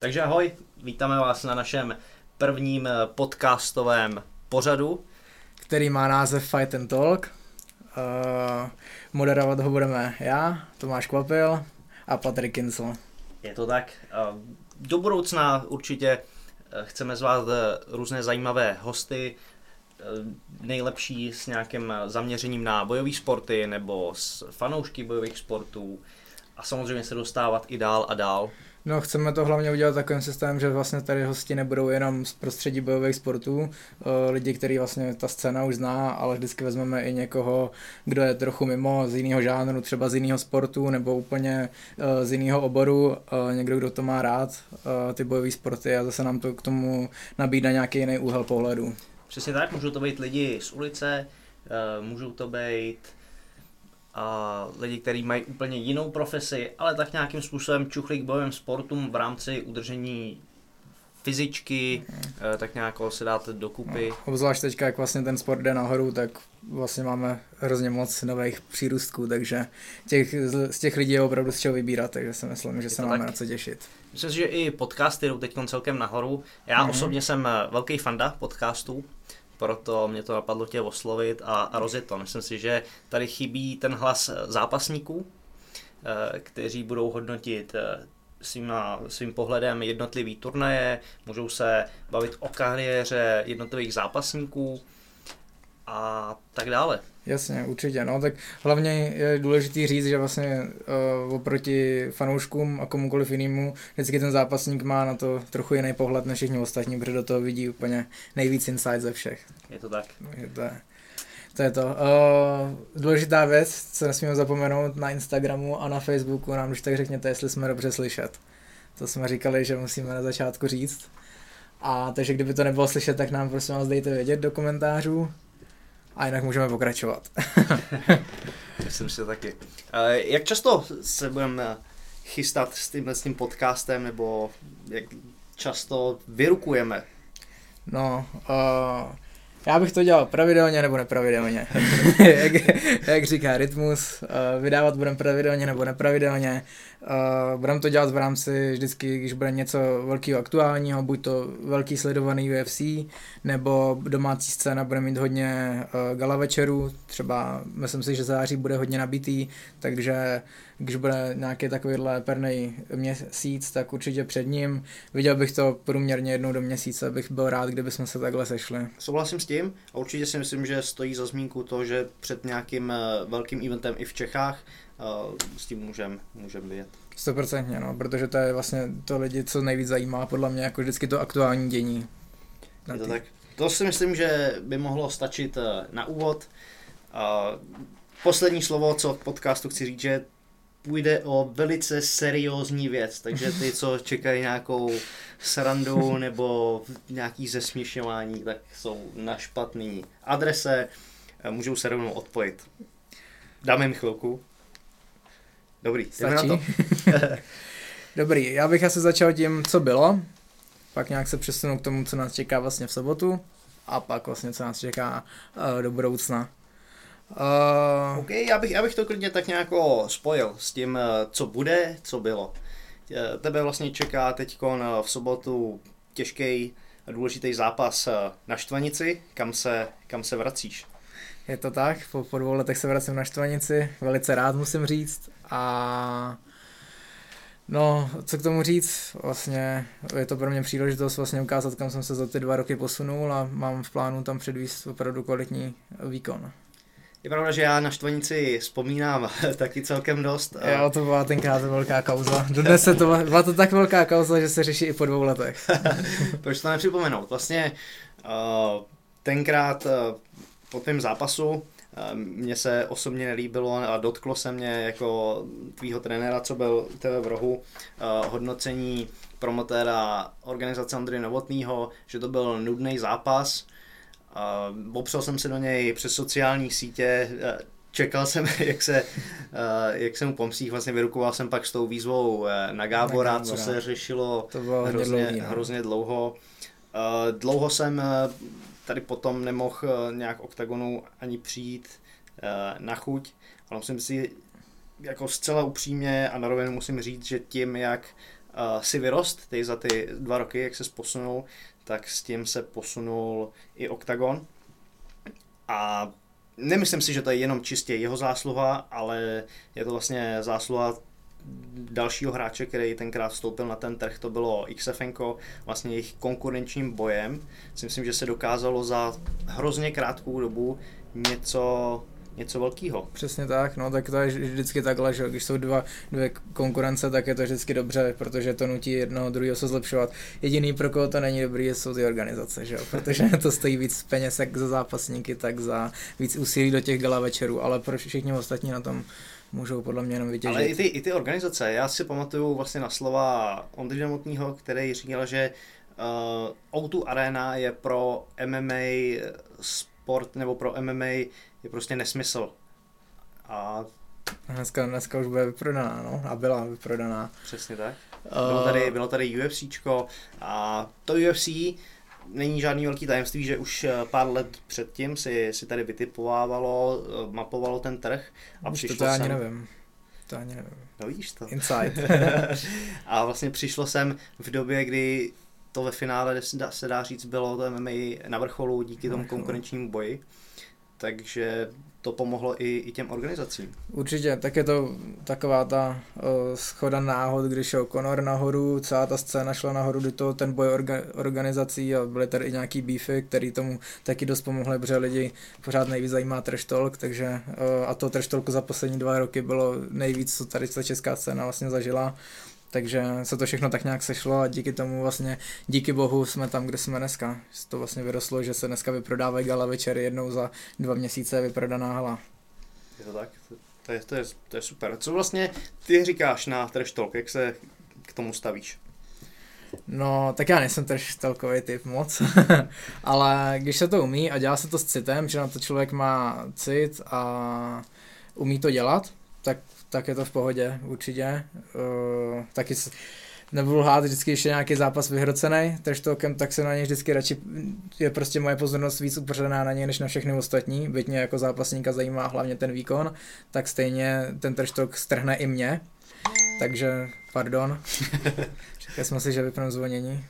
Takže ahoj, vítáme vás na našem prvním podcastovém pořadu, který má název Fight and Talk. Moderovat ho budeme já, Tomáš Kvapil a Patrik Kincel. Je to tak. Do budoucna určitě chceme zvát různé zajímavé hosty, nejlepší s nějakým zaměřením na bojové sporty nebo s fanoušky bojových sportů a samozřejmě se dostávat i dál a dál. No, chceme to hlavně udělat takovým systémem, že vlastně tady hosti nebudou jenom z prostředí bojových sportů, lidi, který vlastně ta scéna už zná, ale vždycky vezmeme i někoho, kdo je trochu mimo, z jiného žánru, třeba z jiného sportu nebo úplně z jiného oboru, někdo, kdo to má rád, ty bojové sporty, a zase nám to k tomu nabídne nějaký jiný úhel pohledu. Přesně tak, můžou to být lidi z ulice, můžou to být a lidi, kteří mají úplně jinou profesi, ale tak nějakým způsobem čuchlí k bojovým sportům v rámci udržení fyzičky, tak nějak se dáte dokupy. No, obzvlášť teďka, jak vlastně ten sport jde nahoru, tak vlastně máme hrozně moc nových přírůstků, takže z těch lidí je opravdu z čeho vybírat, takže si myslím, že se máme na co těšit. Myslím si, že i podcasty jdou teď celkem nahoru. Já osobně jsem velký fanda podcastů, proto mě to napadlo tě oslovit a rozjet to. Myslím si, že tady chybí ten hlas zápasníků, kteří budou hodnotit svým pohledem jednotlivý turnaje, můžou se bavit o kariéře jednotlivých zápasníků a tak dále. Jasně, určitě, no, tak hlavně je důležitý říct, že vlastně oproti fanouškům a komukoliv jinému, vždycky ten zápasník má na to trochu jiný pohled než všichni ostatní, protože do toho vidí úplně nejvíc insight ze všech. Je to tak. To je to. Důležitá věc, co nesmíme zapomenout, na Instagramu a na Facebooku nám už tak řekněte, jestli jsme dobře slyšet. To jsme říkali, že musíme na začátku říct. A takže kdyby to nebylo slyšet, tak nám prosím vás dejte vědět do komentářů. A jinak můžeme pokračovat. Myslím si to taky. Jak často se budeme chystat s tím podcastem, nebo jak často vyrukujeme? No, já bych to dělal pravidelně nebo nepravidelně. jak říká Rytmus, vydávat budeme pravidelně nebo nepravidelně. Budeme to dělat v rámci vždycky, když bude něco velkého aktuálního, buď to velký sledovaný UFC, nebo domácí scéna bude mít hodně gala večerů, třeba myslím si, že září bude hodně nabitý, takže když bude nějaký takovýhle pernej měsíc, tak určitě před ním. Viděl bych to průměrně jednou do měsíce, bych byl rád, kdybychom se takhle sešli. Souhlasím s tím a určitě si myslím, že stojí za zmínku to, že před nějakým velkým eventem i v Čechách s tím můžem vyjet. 100%, no, protože to je vlastně to lidi, co nejvíc zajímá, podle mě, jako vždycky to aktuální dění. Je to tak. To si myslím, že by mohlo stačit na úvod. Poslední slovo, co v podcastu chci říct, že půjde o velice seriózní věc, takže ty, co čekají nějakou srandu nebo nějaký zesměšňování, tak jsou na špatný adrese, můžou se rovnou odpojit. Dáme jim chvilku. Dobrý, jdeme na to. Dobrý, já bych asi začal tím, co bylo, pak nějak se přesunu k tomu, co nás čeká vlastně v sobotu a pak vlastně, co nás čeká do budoucna. OK, já bych to klidně tak nějak spojil s tím, co bude, co bylo. Tebe vlastně čeká teďkon v sobotu těžký a důležitý zápas na Štvanici, kam se vracíš. Je to tak, po 2 letech se vracím na Štvanici, velice rád musím říct a no, co k tomu říct, vlastně je to pro mě příležitost vlastně ukázat, kam jsem se za ty 2 roky posunul a mám v plánu tam předvíst opravdu kvalitní výkon. Je pravda, že já na Štvanici vzpomínám taky celkem dost. Jo, to byla tenkrát velká kauza. Dodnes byla to tak velká kauza, že se řeší i po 2 letech. Proč to nepřipomenout? Vlastně tenkrát po tvém zápasu mně se osobně nelíbilo a dotklo se mě jako tvýho trenéra, co byl u tebe v rohu, hodnocení promotéra organizace Ondřeje Novotnýho, že to byl nudný zápas. Opřel jsem se do něj přes sociální sítě, čekal jsem, jak se mu pomstí, vlastně vyrukoval jsem pak s tou výzvou na Gábora, co se řešilo hrozně dlouho. Dlouho jsem tady potom nemohl nějak oktagonu ani přijít na chuť, ale musím si jako zcela upřímně a na rovinu musím říct, že tím, jak si vyrost, ty za ty 2 roky, jak se posunul, tak s tím se posunul i Octagon. A nemyslím si, že to je jenom čistě jeho zásluha, ale je to vlastně zásluha dalšího hráče, který tenkrát vstoupil na ten trh, to bylo XFNko, vlastně jejich konkurenčním bojem. Myslím, že se dokázalo za hrozně krátkou dobu něco velkého. Přesně tak, no tak to je vždycky takhle, že když jsou dvě konkurence, tak je to vždycky dobře, protože to nutí jednoho druhého se zlepšovat. Jediný, pro koho to není dobrý, jsou ty organizace, že jo, protože to stojí víc peněz jak za zápasníky, tak za víc úsilí do těch gala večerů, ale pro všichni ostatní na tom můžou podle mě jenom vytěžit. Ale i ty organizace, já si pamatuju vlastně na slova Ondřeje Novotného, který říkal, že O2 Arena je pro MMA sport, nebo pro MMA je prostě nesmysl. A dneska už bude vyprodaná, no, a byla vyprodaná. Přesně tak. Bylo tady UFCčko a to UFC není žádný velký tajemství, že už pár let předtím si tady vytipovávalo, mapovalo ten trh a přišlo to ani nevím. No vidíš to. Inside. A vlastně přišlo sem v době, kdy to ve finále se dá říct bylo to MMA na vrcholu díky tomu konkurenčnímu boji. Takže to pomohlo i těm organizacím. Určitě, tak je to taková ta schoda náhod, když šel Conor nahoru, celá ta scéna šla nahoru do toho ten boj organizací a byly tady i nějaký beefy, který tomu taky dost pomohly, protože lidi pořád nejvíc zajímá trash talk, takže a to trash talku za poslední 2 roky bylo nejvíc, co tady ta česká scéna vlastně zažila. Takže se to všechno tak nějak sešlo a díky tomu vlastně, díky bohu jsme tam, kde jsme dneska. To vlastně vyrostlo, že se dneska vyprodávají gala večery, jednou za 2 měsíce je vyprodaná hala. Je to tak? To je super. Co vlastně ty říkáš na trash talk, jak se k tomu stavíš? No, tak já nejsem trash talkový typ moc, ale když se to umí a dělá se to s citem, že na to člověk má cit a umí to dělat, tak je to v pohodě, určitě. Taky nebudu lhát, vždycky ještě nějaký zápas vyhrocený trash talkem, tak se na něj vždycky radši, je prostě moje pozornost víc upřená na něj, než na všechny ostatní, byť mě jako zápasníka zajímá hlavně ten výkon, tak stejně ten trash talk strhne i mě, takže pardon, říkali jsme si, že vypneme zvonění.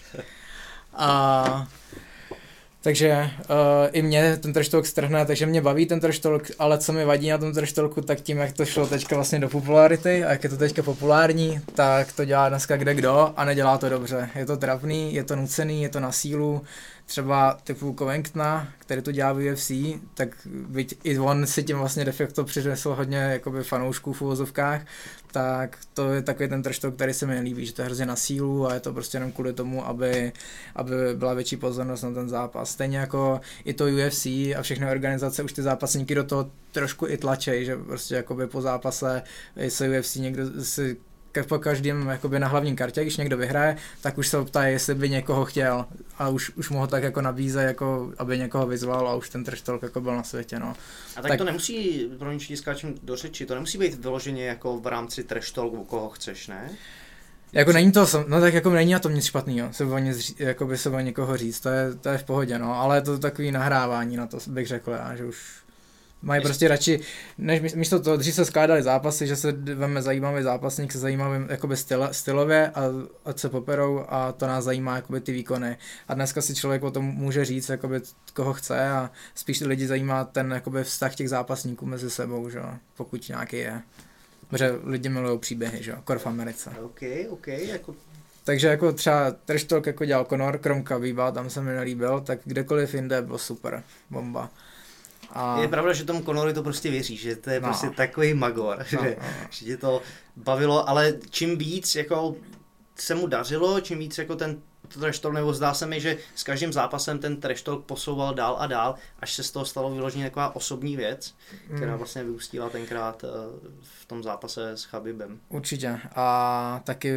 Takže i mě ten trash talk strhne, takže mě baví ten trash talk, ale co mi vadí na tom trash talku, tak tím, jak to šlo teďka vlastně do popularity a jak je to teďka populární, tak to dělá dneska kde kdo a nedělá to dobře. Je to trapný, je to nucený, je to na sílu. Třeba typu Covingtona, který to dělá v UFC, tak byť i on si tím vlastně de facto přinesl hodně jakoby fanoušků v uvozovkách, tak to je takový ten trash talk, který se mi nelíbí, že to je hrozně na sílu a je to prostě jenom kvůli tomu, aby byla větší pozornost na ten zápas. Stejně jako i to UFC a všechny organizace už ty zápasníky do toho trošku i tlačej, že prostě jakoby po zápase se UFC někdo si po každém jakoby na hlavním kartě, když někdo vyhraje, tak už se ptají, jestli by někoho chtěl a už mu ho tak jako nabíze, jako aby někoho vyzval a už ten trash talk jako byl na světě, no. A tak to nemusí, pro mě skáčem do řeči, to nemusí být vyloženě jako v rámci trash talku, koho chceš, ne? Jako není to, no tak jako není na tom nic špatného, se o někoho říct, to je v pohodě, no, ale je to takový nahrávání na to, bych řekl já, že už mají prostě radši, než místo toho, dřív se skládaly zápasy, že se veme zajímavý zápasník se zajímavým jakoby stylově a ať se poperou a to nás zajímá jakoby ty výkony. A dneska si člověk o tom může říct, jakoby, koho chce a spíš lidi zajímá ten jakoby vztah těch zápasníků mezi sebou, že? Pokud nějaký je. Protože lidi milují příběhy, že? Kor v Americe. OK, jako... Takže jako třeba trash talk jako dělal Conor, krom Khabíba, tam se mi nelíbil, tak kdekoliv jinde bylo super, bomba. A... Je pravda, že tomu Conorovi to prostě věří, že to je prostě takový magor, že tě to bavilo, ale čím víc jako se mu dařilo, čím víc jako ten trash talk, nebo zdá se mi, že s každým zápasem ten trash talk posouval dál a dál, až se z toho stalo vyloženě taková osobní věc, která vlastně vyústila tenkrát v tom zápase s Khabibem. Určitě a taky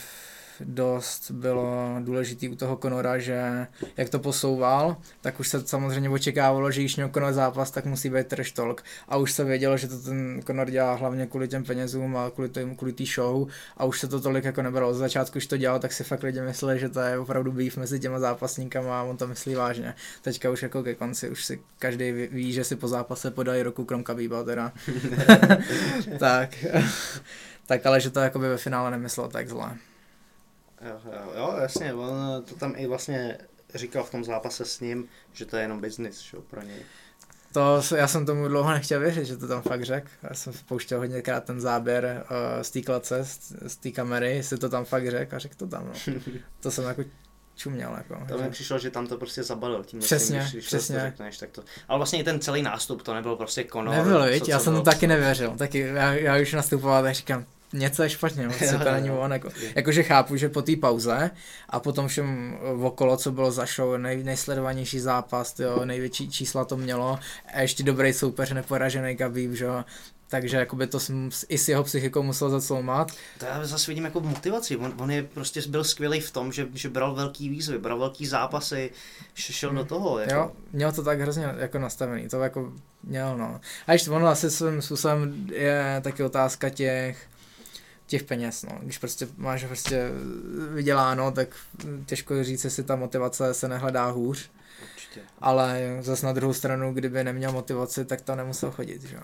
dost bylo důležitý u toho Conora, že jak to posouval, tak už se samozřejmě očekávalo, že když měl Conor zápas, tak musí být trash talk. A už se vědělo, že to ten Conor dělá hlavně kvůli těm penězům a kvůli té show a už se to tolik jako nebralo. Z začátku, když to dělal, tak si fakt lidi mysleli, že to je opravdu beef mezi těma zápasníkama a on to myslí vážně. Teďka už jako ke konci, už si každý ví, že si po zápase podají ruku krom Khabíba teda. tak ale že to jakoby ve finále nemyslel tak zle. Jo, jasně, on to tam i vlastně říkal v tom zápase s ním, že to je jenom business, jo, pro něj. Já jsem tomu dlouho nechtěl věřit, že to tam fakt řekl. Já jsem pouštěl hodněkrát ten záběr z té klace, z té kamery, jestli to tam fakt řekl a řekl to tam. No. To jsem jako čuměl. Jako, to mi přišlo, že tam to prostě zabalil tím, přesně, když přesně. to řekneš, tak to. Ale vlastně i ten celý nástup, to nebyl prostě Conor. Nebyl, viď? Já jsem to taky nevěřil. Taky já už nastupoval, tak říkám, něco je špatně, vlastně to není on. Jakože chápu, že po té pauze a potom všem okolo, co bylo za show, nejsledovanější zápas, jo, největší čísla to mělo a ještě dobrý soupeř, neporažený Khabib, že jo. Takže jakoby to i s jeho psychikou musel zacloumat. To já zase vidím jako motivaci. On je prostě byl skvělý v tom, že bral velký výzvy, bral velký zápasy, šel do toho. Jako. Jo, měl to tak hrozně jako nastavený, to jako měl, no. A ještě ono asi svým způsobem je taky otázka těch peněz, no. Když prostě máš vyděláno, tak těžko říct, jestli ta motivace se nehledá hůř. Určitě. Ale zase na druhou stranu, kdyby neměl motivaci, tak to nemusel chodit, že jo.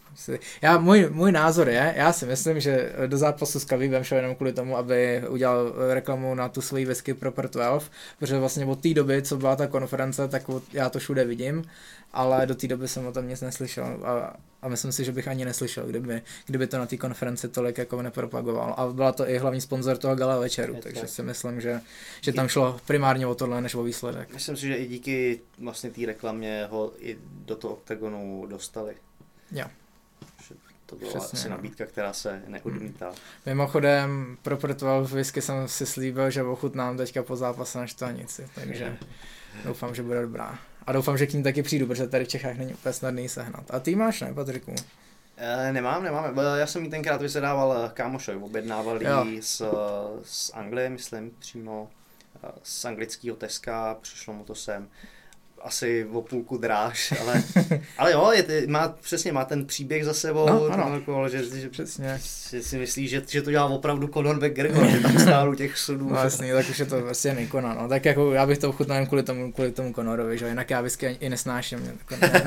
Můj názor je, já si myslím, že do zápasu s Khabibem šel jenom kvůli tomu, aby udělal reklamu na tu svoji whisky Proper 12, protože vlastně od té doby, co byla ta konference, tak já to všude vidím, ale do té doby jsem o tom nic neslyšel a myslím si, že bych ani neslyšel, kdyby to na té konferenci tolik jako nepropagoval. A byla to i hlavní sponzor toho gala večeru, takže si myslím, že tam šlo primárně o tohle, než o výsledek. Myslím si, že i díky vlastně té reklamě ho i do toho oktagonu dostali. Jo. To byla asi nabídka, která se neodmítá. Mimochodem, pro Proper whisky jsem si slíbil, že ochutnám teďka po zápase na Štvanici, takže doufám, že bude dobrá. A doufám, že k ní taky přijdu, protože tady v Čechách není úplně snadný sehnat. A ty máš, ne, Patriku? Nemám. Já jsem jí tenkrát vysedával kámošovi, objednával jí z Anglie, myslím, přímo z anglického Teska, přišlo mu to sem. Asi o půlku dráž, ale jo, má ten příběh za sebou, ano. Že přesně. Že si myslí, že to dělá opravdu Conor McGregor, že tam stál u těch sudů. No jasný, tak už je to vlastně nejkona, no. Tak jako já bych to ochutnal jen kvůli tomu Conorovi, že jo, jinak já whisky i nesnáším,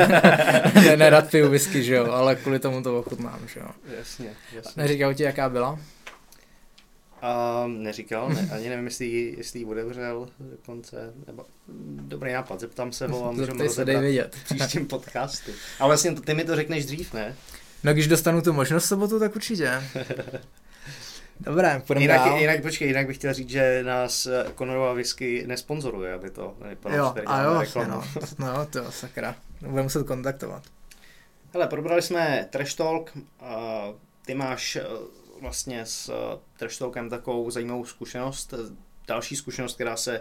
nerad piju whisky, že jo, ale kvůli tomu to ochutnám, že jo. Jasně. Neříkal ti, jaká byla? Neříkal, ani nevím, jestli ji otevřel dokonce, nebo dobrý nápad, zeptám se ho a můžeme rozebrat v příštím podcastu. Ale vlastně ty mi to řekneš dřív, ne? No když dostanu tu možnost v sobotu, tak určitě. Dobré, půjdeme dál. Jinak bych chtěl říct, že nás Conorova whisky nesponzoruje, aby to nevypadalo, že tady děláme reklamu. No to sakra, budeme muset kontaktovat. Hele, probrali jsme Trash Talk, ty máš vlastně s Trash Talkem takovou zajímavou zkušenost. Další zkušenost, která se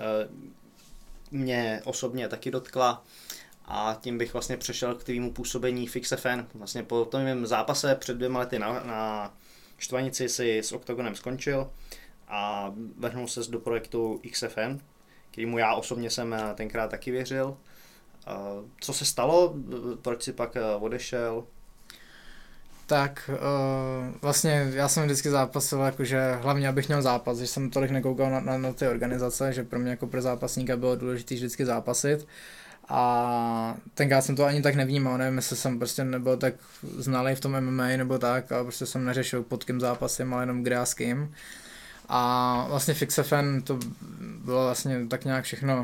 mě osobně taky dotkla, a tím bych vlastně přešel k tvému působení v XFN. Vlastně po tom zápase před 2 lety na Štvanici si s Octagonem skončil a vrhnul ses do projektu XFN, kterému já osobně jsem tenkrát taky věřil. Co se stalo? Proč si pak odešel? Tak vlastně já jsem vždycky zápasil, jakože hlavně abych měl zápas, že jsem tolik nekoukal na ty organizace, že pro mě jako pro zápasníka bylo důležité vždycky zápasit. A tenkrát jsem to ani tak nevnímal, nevím, jestli jsem prostě nebyl tak znalý v tom MMA nebo tak, a prostě jsem neřešil pod kým zápasem, ale jenom kde a s kým. A vlastně v XFN to bylo vlastně tak nějak všechno.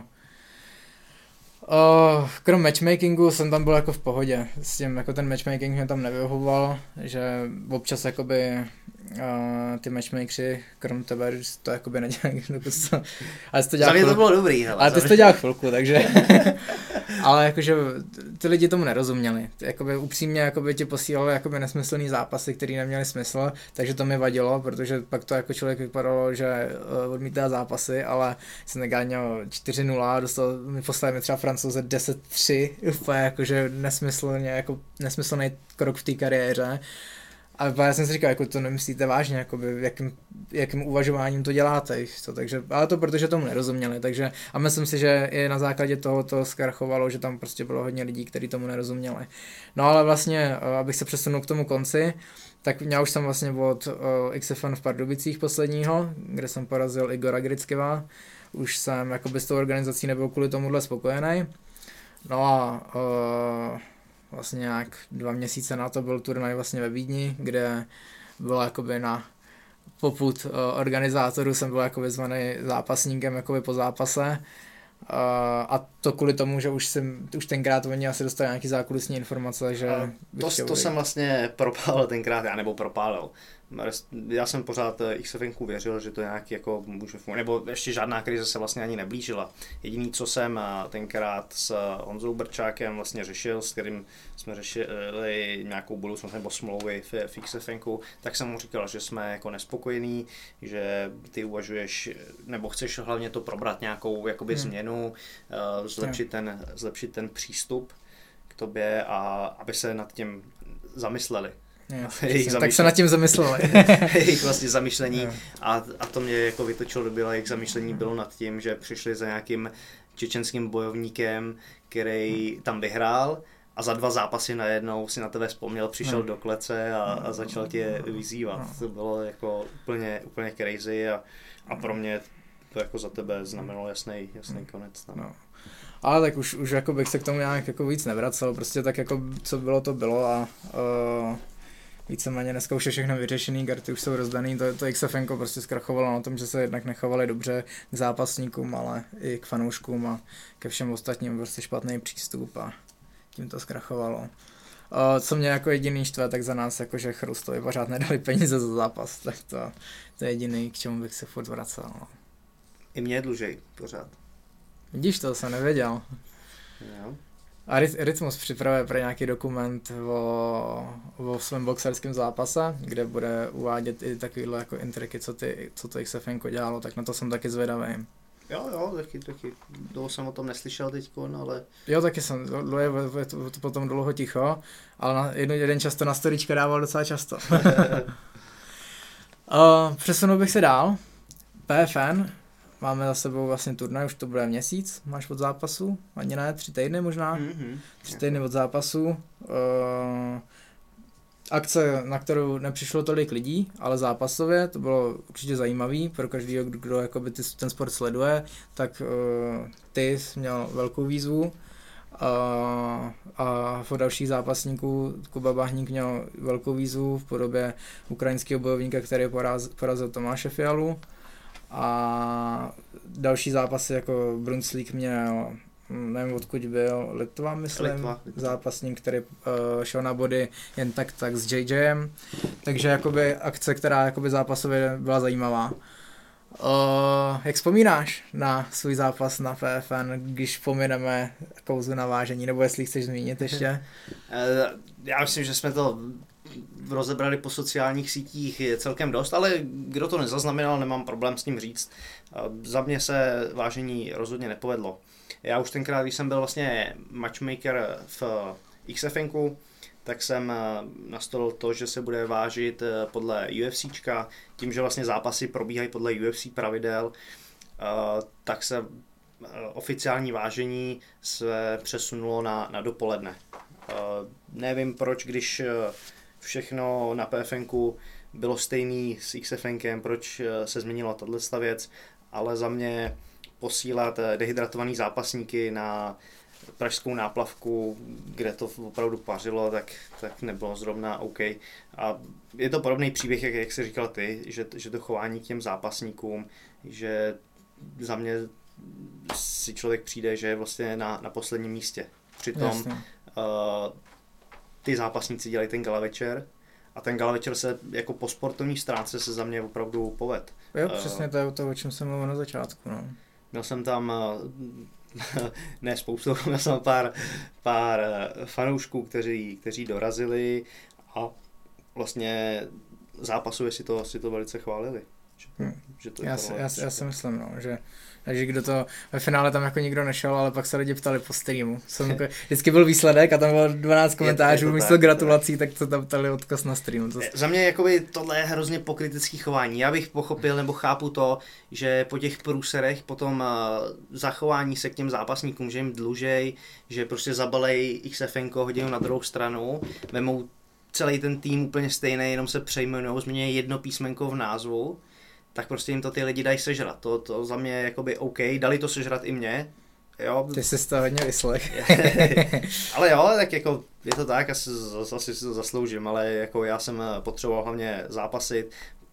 Krom matchmakingu jsem tam byl jako v pohodě, s tím jako ten matchmaking mě tam nevyhovoval, že občas jakoby ty matchmakeri, krom tebe, to jakoby nedělají, ale jsi to dělal chvilku. To bylo dobrý, hele. Ale ty jsi to dělal chvilku, takže, ale jakože ty lidi tomu nerozuměli, jakoby upřímně jakoby ti posílali jakoby nesmyslný zápasy, který neměly smysl, takže to mi vadilo, protože pak to jako člověk vypadalo, že odmítá zápasy, ale jsem negáněl 4-0, mi poslali třeba Francouze 10-3, úplně jakože nesmyslný krok v té kariéře. A já jsem si říkal, jako to nemyslíte vážně, jakoby, jakým uvažováním to děláte, takže, ale to protože tomu nerozuměli, takže a myslím si, že i na základě toho to zkrachovalo, že tam prostě bylo hodně lidí, kteří tomu nerozuměli. No ale vlastně, abych se přesunul k tomu konci, tak já už jsem vlastně od XFN v Pardubicích posledního, kde jsem porazil Igora Grickeva, už jsem jakoby s tou organizací nebyl kvůli tomuhle spokojený. No a vlastně nějak 2 měsíce na to byl turnaj vlastně ve Vídni, kde bylo jakoby na popud organizátorů jsem byl jako vyzvaný zápasníkem jakoby po zápase. A to kvůli tomu, že už tenkrát oni asi dostali nějaký zákulisní informace, že... To jsem vlastně propálil tenkrát, nebo propálil. Já jsem pořád XFNku věřil, že to nějaký jako může fungovat, nebo ještě žádná krize se vlastně ani neblížila. Jediný, co jsem tenkrát s Honzou Brčákem vlastně řešil, s kterým jsme řešili nějakou budoucnost nebo smlouvy v XFNku, tak jsem mu říkal, že jsme jako nespokojení, že ty uvažuješ, nebo chceš hlavně to probrat nějakou jakoby změnu, zlepšit ten přístup k tobě a aby se nad tím zamysleli. Tak se nad tím zamysleli. Jejich vlastně zamyšlení a to mě jako vytočilo do byla, jejich zamyšlení bylo nad tím, že přišli za nějakým čečenským bojovníkem, který tam vyhrál a za 2 zápasy najednou si na tebe vzpomněl, přišel do klece a začal tě vyzývat. To bylo jako úplně crazy a pro mě to jako za tebe znamenalo jasný konec. No. Ale tak už jako bych se k tomu nějak jako víc nevracel, prostě tak jako co bylo, to bylo a víceméně dneska už je všechno vyřešený, karty už jsou rozdaný, to XFNko prostě zkrachovalo na tom, že se jednak nechovali dobře k zápasníkům, ale i k fanouškům a ke všem ostatním prostě špatný přístup a tím to zkrachovalo. Co mě jako jediný štve, tak za nás jakože Chrustovi pořád nedali peníze za zápas, tak to je jediný, k čemu bych se furt vracel. No. I mě dlužej pořád. Vidíš, to jsem nevěděl. Jo. A Rytmus připravuje pro nějaký dokument o svém boxerském zápase, kde bude uvádět i takovýhle jako intriky, co to XFNko dělalo, tak na to jsem taky zvědavý. Jo, taky. Dlouho jsem o tom neslyšel teďko, ale... Jo, taky jsem, je to potom dlouho ticho, ale jeden čas to na storička dával docela často. Přesunul bych se dál. PFN. Máme za sebou vlastně turnaj, už to bude měsíc, máš od zápasu, ani ne, 3 týdny možná, 3 týdny od zápasu. Akce, na kterou nepřišlo tolik lidí, ale zápasově, to bylo určitě zajímavý pro každého, kdo jakoby ten sport sleduje, tak ty jsi měl velkou výzvu a od dalších zápasníků Kuba Bahník měl velkou výzvu v podobě ukrajinského bojovníka, který porazil Tomáše Fialu. A další zápasy jako Brunsvík měl, nevím odkud byl, Litva, myslím, zápasník, který šel na body jen tak s JJem, takže jakoby akce, která jakoby zápasově byla zajímavá. Jak vzpomínáš na svůj zápas na PFN, když pomineme kouzlu na vážení, nebo jestli chceš zmínit ještě? Já myslím, že jsme to rozebrali po sociálních sítích je celkem dost, ale kdo to nezaznamenal, nemám problém s tím říct. Za mě se vážení rozhodně nepovedlo. Já už tenkrát, když jsem byl vlastně matchmaker v XFNku, tak jsem nastolil to, že se bude vážit podle UFCčka, tím, že vlastně zápasy probíhají podle UFC pravidel, tak se oficiální vážení se přesunulo na dopoledne. Nevím proč, když všechno na PFNku bylo stejný s XFNkem, proč se změnila tato věc, ale za mě posílat dehydratovaný zápasníky na pražskou náplavku, kde to opravdu pařilo, tak nebylo zrovna OK. A je to podobný příběh, jak jsi říkal ty, že to chování k těm zápasníkům, že za mě si člověk přijde, že je vlastně na posledním místě. Přitom ty zápasníci dělají ten gala večer a ten gala večer se jako po sportovní stránce se za mě opravdu poved. Jo, přesně to je to, o čem jsem mluvil na začátku. No. Měl jsem tam ne spoustu, měl jsem pár fanoušků, kteří dorazili a vlastně zápasově si to velice chválili. Že to já si myslím, no, že kdo to, ve finále tam jako nikdo nešel, ale pak se lidi ptali po streamu. Vždycky byl výsledek a tam bylo 12 komentářů, místo gratulací, tak to tam ptali odkaz na streamu. Za mě jakoby tohle je hrozně pokrytecký chování. Já bych pochopil nebo chápu to, že po těch průserech potom zachování se k těm zápasníkům, že jim dlužej, že prostě zabalej XFNko, hodinu na druhou stranu, vemou celý ten tým úplně stejný, jenom se přejmenujou, změní jedno písmenko v názvu, tak prostě jim to ty lidi dají sežrat. To za mě jakoby OK, dali to sežrat i mě. Jo. Ty jsi to hodně vyslech. Ale jo, tak jako je to tak, asi si to zasloužím, ale jako já jsem potřeboval hlavně zápasit,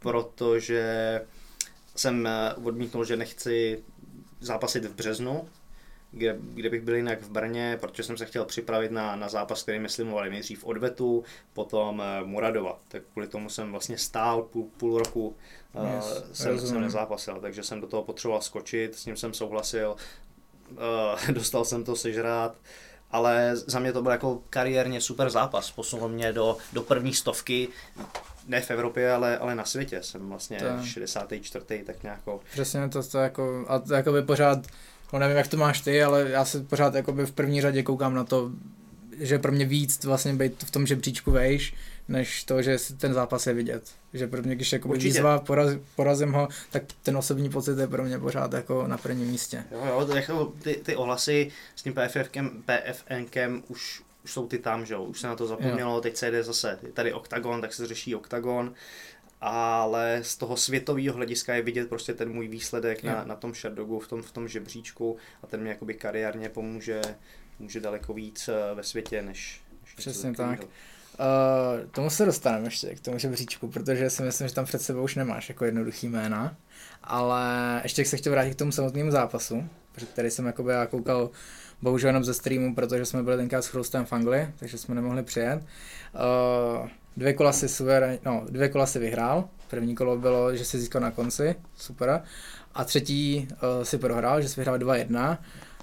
protože jsem odmítnul, že nechci zápasit v březnu, kde bych byl jinak v Brně, protože jsem se chtěl připravit na zápas, který mi slimovali nejdřív Odvetu, potom Muradova. Tak kvůli tomu jsem vlastně stál půl roku, jsem nezápasil, takže jsem do toho potřeboval skočit, s ním jsem souhlasil, dostal jsem to sežrát, ale za mě to byl jako kariérně super zápas, posunul mě do první stovky, ne v Evropě, ale na světě, jsem vlastně 64. tak nějakou. Přesně to jako, a to jakoby pořád, no nevím jak to máš ty, ale já se pořád jakoby v první řadě koukám na to, že pro mě víc vlastně být v tom žebříčku vejš, než to, že ten zápas je vidět. Že pro mě, když jakoby výzva, porazím ho, tak ten osobní pocit je pro mě pořád jako na prvním místě. Jo, to jako ty ohlasy s tím PFNkem už jsou ty tam, že jo, už se na to zapomnělo, teď se jde zase, tady Oktagon, tak se řeší Oktagon, ale z toho světového hlediska je vidět prostě ten můj výsledek na tom Sherdogu, v tom žebříčku a ten mě jakoby kariérně pomůže daleko víc ve světě, než přesně tak. Tomu se dostaneme ještě, k tomu žebříčku, protože si myslím, že tam před sebou už nemáš jako jednoduchý jména, ale ještě se chtěl vrátit k tomu samotnému zápasu, protože tady jsem jakoby já koukal bohužel jenom ze streamu, protože jsme byli tenkrát s Chrustem v Anglii, takže jsme nemohli přijet. Dvě kola si vyhrál, první kolo bylo, že si získal na konci, super, a třetí si prohrál, že si vyhrál 2-1.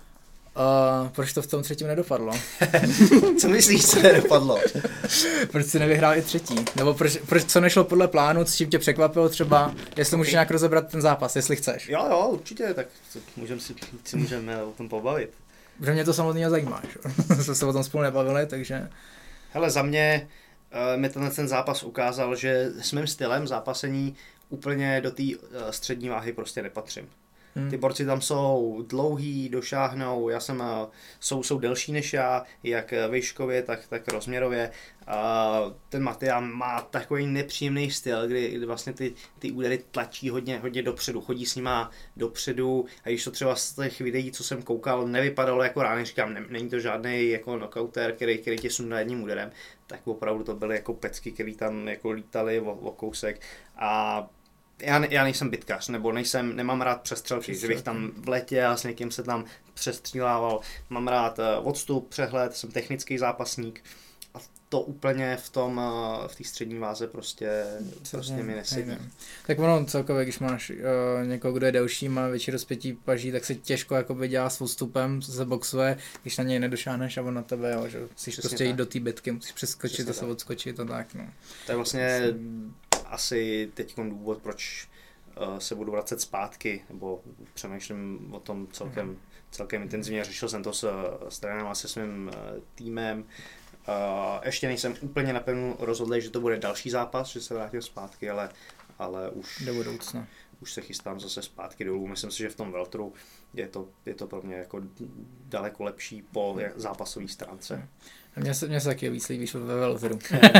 Proč to v tom třetím nedopadlo? Co myslíš, co nedopadlo? Proč si nevyhrál i třetí? Nebo proč co nešlo podle plánu, s čím tě překvapilo třeba, jestli můžeš nějak rozebrat ten zápas, jestli chceš. Jo, určitě, tak můžeme o tom pobavit. Protože mě to samozřejmě zajímá, že? Jsme se o tom spolu nebavili, takže... Hele, za mě mi ten zápas ukázal, že s mým stylem zápasení úplně do té střední váhy prostě nepatřím. Ty borci tam jsou dlouhý, došáhnou, jsou delší než já, jak výškově, tak rozměrově. Ten Matěj má takový nepříjemný styl, kdy vlastně ty údery tlačí hodně dopředu, chodí s nima dopředu a když to třeba z těch videí, co jsem koukal, nevypadalo jako rány, říkám, není to žádný jako knockouter, který tě sundá jedním úderem, tak opravdu to byly jako pecky, které tam jako lítaly o kousek a já nejsem bitkař, nebo nemám rád přestřelky, že bych tam vletěl, s někým se tam přestřílával, mám rád odstup, přehled, jsem technický zápasník a to úplně v té střední váze prostě mi nesedí. Tak ono celkově, když máš někoho, kdo je delší, má větší rozpětí paží, tak se těžko jakoby dělá s odstupem, se boxuje, když na něj nedošáhneš a on na tebe, jo, že musíš prostě jít do té bitky, musíš přeskočit a se odskočit a tak, no. To je vlastně asi teď důvod, proč se budu vracet zpátky, nebo přemýšlím o tom celkem intenzivně, řešil jsem to s trenérem a se svým týmem. Ještě nejsem úplně napevno rozhodlý, že to bude další zápas, že se vrátím zpátky, ale už do budoucna. Už se chystám zase zpátky dolů. Myslím si, že v tom welteru je to pro mě jako daleko lepší po zápasové stránce. Mně se taky víc líbí ve welteru.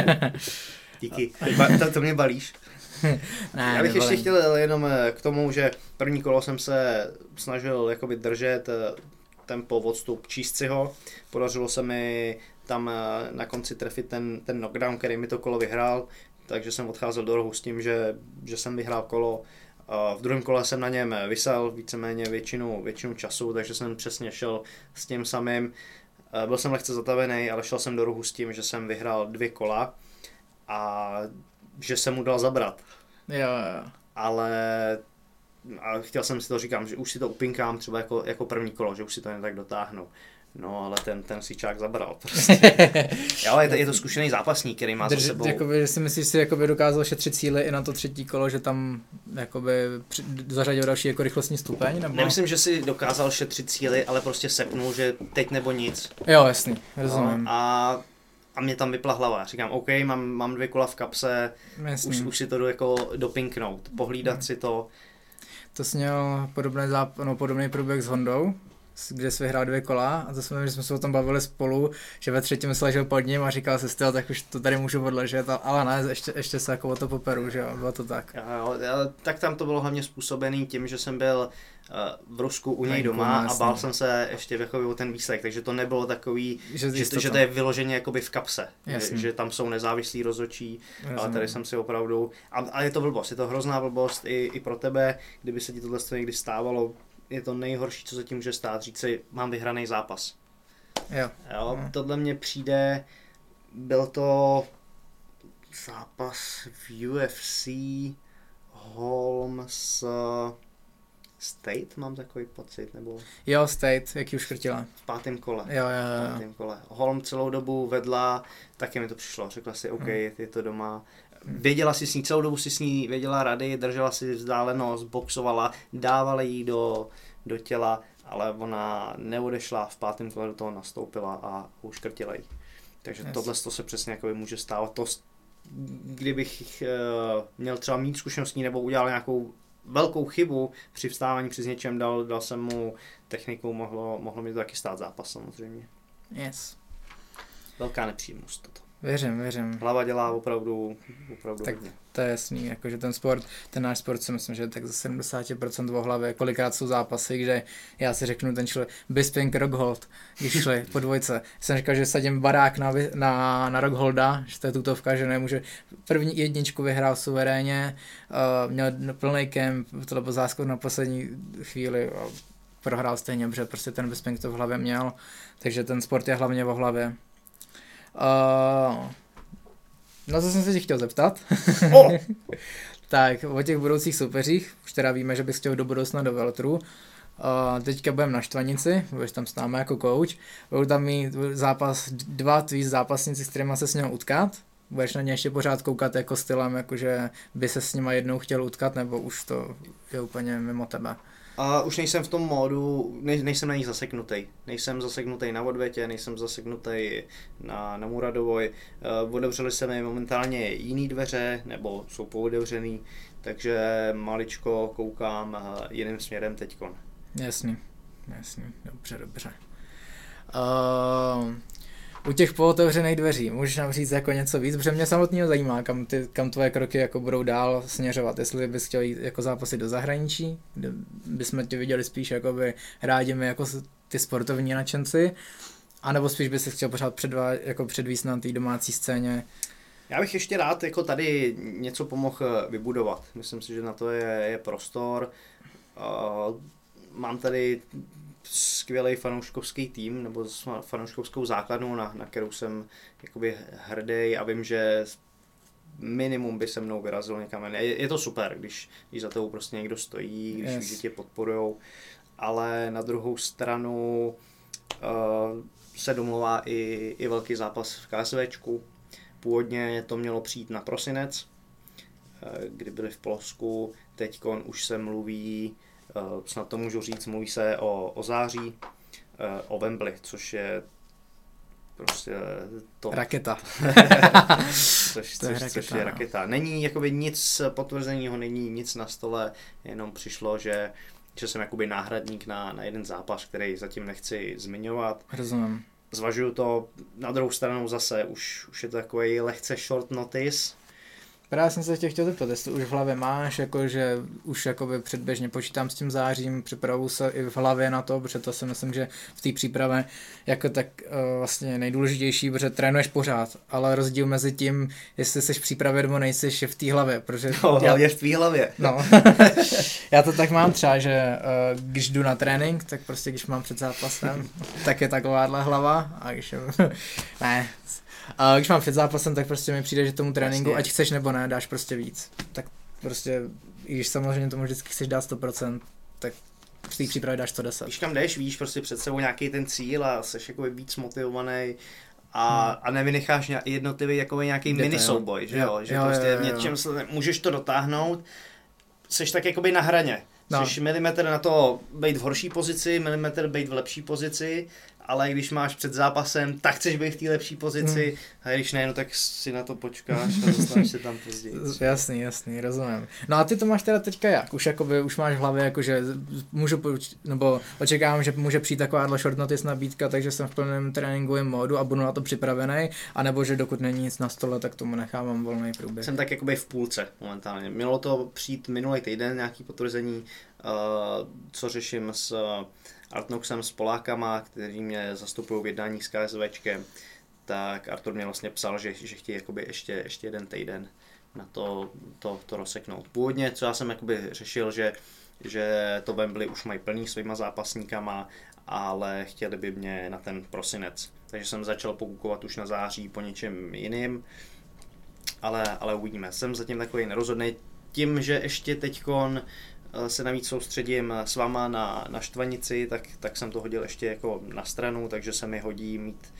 Díky, to mě balíš. Ne, já bych ještě chtěl jenom k tomu, že první kolo jsem se snažil jakoby držet tempo, odstup, číst si ho. Podařilo se mi tam na konci trefit ten knockdown, který mi to kolo vyhrál, takže jsem odcházel do rohu s tím, že jsem vyhrál kolo. V druhém kole jsem na něm visel víceméně většinu času, takže jsem přesně šel s tím samým. Byl jsem lehce zatavený, ale šel jsem do rohu s tím, že jsem vyhrál 2 kola a že jsem mu dal zabrat. Jo. Ale chtěl jsem si to, říkám, že už si to upinkám třeba jako první kolo, že už si to jen tak dotáhnu. No, ale ten Sičák zabral prostě. Jo, je to zkušený zápasník, který má za sebou. Jakoby, že si myslíš, že si jakoby dokázal šetřit síly i na to třetí kolo, že tam jakoby zařadil další jako rychlostní stupeň? Nebo? Nemyslím, že si dokázal šetřit síly, ale prostě sepnul, že teď nebo nic. Jo, jasný, rozumím. No, a mě tam vypla hlava. Říkám, OK, mám 2 kola v kapse, už si to jdu jako dopinknout, pohlídat si to. To jsi měl podobný průběh s Hondou, kde jsi vyhrál 2 kola a to jsme se o tom bavili spolu, že ve třetím sležel pod ním a říkal si styl, tak už to tady můžu odležet, ale ne, ještě se jako o to poperu, že jo, bylo to tak. Jo, tak tam to bylo hlavně způsobený tím, že jsem byl v Rusku u něj doma a bál jsem se ještě jako o ten výsledek, takže to nebylo takový, že to je vyloženě jakoby v kapse, že tam jsou nezávislí rozhodčí, ale tady jsem si opravdu, a je to blbost, je to hrozná blbost i pro tebe, kdyby se ti tohle někdy stávalo, je to nejhorší, co se ti může stát, říct si, mám vyhraný zápas. Jo, tohle mně přijde, byl to zápas v UFC, Holmes State, mám takový pocit, nebo... Jo, State, jaký už krtila. V 5. kole. Jo. V 5. kole. Holm celou dobu vedla, taky mi to přišlo, řekla si, OK, je to doma. Věděla si s ní, celou dobu si s ní věděla rady, držela si vzdálenost, boxovala, dávala jí do těla, ale ona neodešla, v 5. kole do toho nastoupila a uškrtila jí. Takže tohle se přesně jako může stávat. To, kdybych měl třeba mít zkušeností nebo udělal nějakou velkou chybu při vstávání při něčem, dal jsem mu techniku, mohlo mi to taky stát zápas samozřejmě. Yes. Velká nepříjemnost toto. Věřím. Hlava dělá opravdu tak hodně. To je jasný, jakože ten náš sport si myslím, že tak za 70% o hlavě, kolikrát jsou zápasy, kde já si řeknu ten člověk, Bisping Rockhold, když šli po dvojce. Jsem říkal, že sadím barák na Rockholda, že to je tutovka, že nemůže. První jedničku vyhrál suverénně, měl plný kemp, to byl záskok na poslední chvíli a prohrál stejně, protože prostě ten Bisping to v hlavě měl, takže ten sport je hlavně o hlavě. No to jsem se tě chtěl zeptat. Tak, o těch budoucích soupeřích, už teda víme, že bych chtěl do budoucna do Veltru. Teďka budeme na Štvanici, budeš tam s námi jako coach. Budou tam mít dva tví zápasníci, s kterými se s ním utkat. Budeš na ně ještě pořád koukat jako stylem, jakože by se s nima jednou chtěl utkat, nebo už to je úplně mimo tebe? Už nejsem v tom módu, nejsem na nich zaseknutý. Nejsem zaseknutý na odvětě, nejsem zaseknutý na Muradovoj. Otevřely se mi momentálně jiný dveře, nebo jsou pootevřený, takže maličko koukám jiným směrem teďkon. Jasný, dobře. U těch pootevřených dveří, můžeš nám říct jako něco víc, protože mě samotného zajímá, kam tvoje kroky jako budou dál směřovat, jestli bys chtěl jít jako zápasy do zahraničí, kde bychom tě viděli spíš jakoby rádi my jako ty sportovní nadšenci, anebo spíš bys se chtěl pořád předvíst na té domácí scéně. Já bych ještě rád jako tady něco pomohl vybudovat, myslím si, že na to je prostor, mám tady skvělý fanouškovský tým nebo fanouškovskou základnu, na kterou jsem jakoby hrdý a vím, že minimum by se mnou vyrazil někam. Je to super, když za tebou prostě někdo stojí, když víš, že tě podporujou, ale na druhou stranu se domluvá i velký zápas v KSVčku. Původně to mělo přijít na prosinec, kdy byli v Polsku, teďkon už se mluví, snad to můžu říct, mluví se o září, o Wembley, což je prostě to. Raketa. což je raketa. Není jakoby nic potvrzeného, není nic na stole, jenom přišlo, že jsem jakoby náhradník na jeden zápas, který zatím nechci zmiňovat. Rozumím. Zvažuju to, na druhou stranu zase, už je to takový lehce short notice. Právě jsem se tě chtěl zeptat, jestli už v hlavě máš, jakože už jakoby předběžně počítám s tím zářím, připravuju se i v hlavě na to, protože to si myslím, že v té přípravě jako tak vlastně nejdůležitější, protože trénuješ pořád, ale rozdíl mezi tím, jestli jsi v přípravě nebo nejsi, je v té hlavě, protože... je v tvý hlavě. No, já to tak mám třeba, že když jdu na trénink, tak prostě když mám před zápasem, tak je takováhle hlava a když ne... A když mám před zápasem, tak prostě mi přijde, že tomu tréninku, ať chceš nebo ne, dáš prostě víc. Tak prostě, i když samozřejmě tomu vždycky chceš dát 100%, tak v té přípravě dáš 110. Když tam jdeš, víš prostě před sebou nějaký ten cíl a jsi jakoby víc motivovaný a nevynecháš jednotlivý jakoby nějaký mini souboj, že jo? Že prostě v něčem můžeš to dotáhnout, seš tak jakoby na hraně. Seš milimetr na to být v horší pozici, milimetr být v lepší pozici ale když máš před zápasem, tak chceš být v té lepší pozici, a když ne, no tak si na to počkáš a dostaneš se tam později. Jasný, rozumím. No a ty to máš teda teďka jak? Už máš v hlavě, jakože nebo očekávám, že může přijít takováhle short notice nabídka, takže jsem v plném tréninkovém módu a budu na to připravený, anebo že dokud není nic na stole, tak tomu nechávám volný průběh. Jsem tak jakoby v půlce momentálně. Mělo to přijít minulý týden, nějaký potvrzení, co řeším s Artnoxem, s Polákama, kteří mě zastupují v jednání s KSVčkem, tak Artur mě vlastně psal, že chtějí jakoby ještě jeden týden na to rozseknout. Původně, co já jsem jakoby řešil, že to Wembley už mají plný svýma zápasníkama, ale chtěli by mě na ten prosinec. Takže jsem začal pokukovat už na září po něčem jiným, ale uvidíme. Jsem zatím takový nerozhodný. Tím, že ještě teďkon se navíc soustředím s váma na Štvanici, tak jsem to hodil ještě jako na stranu, takže se mi hodí mít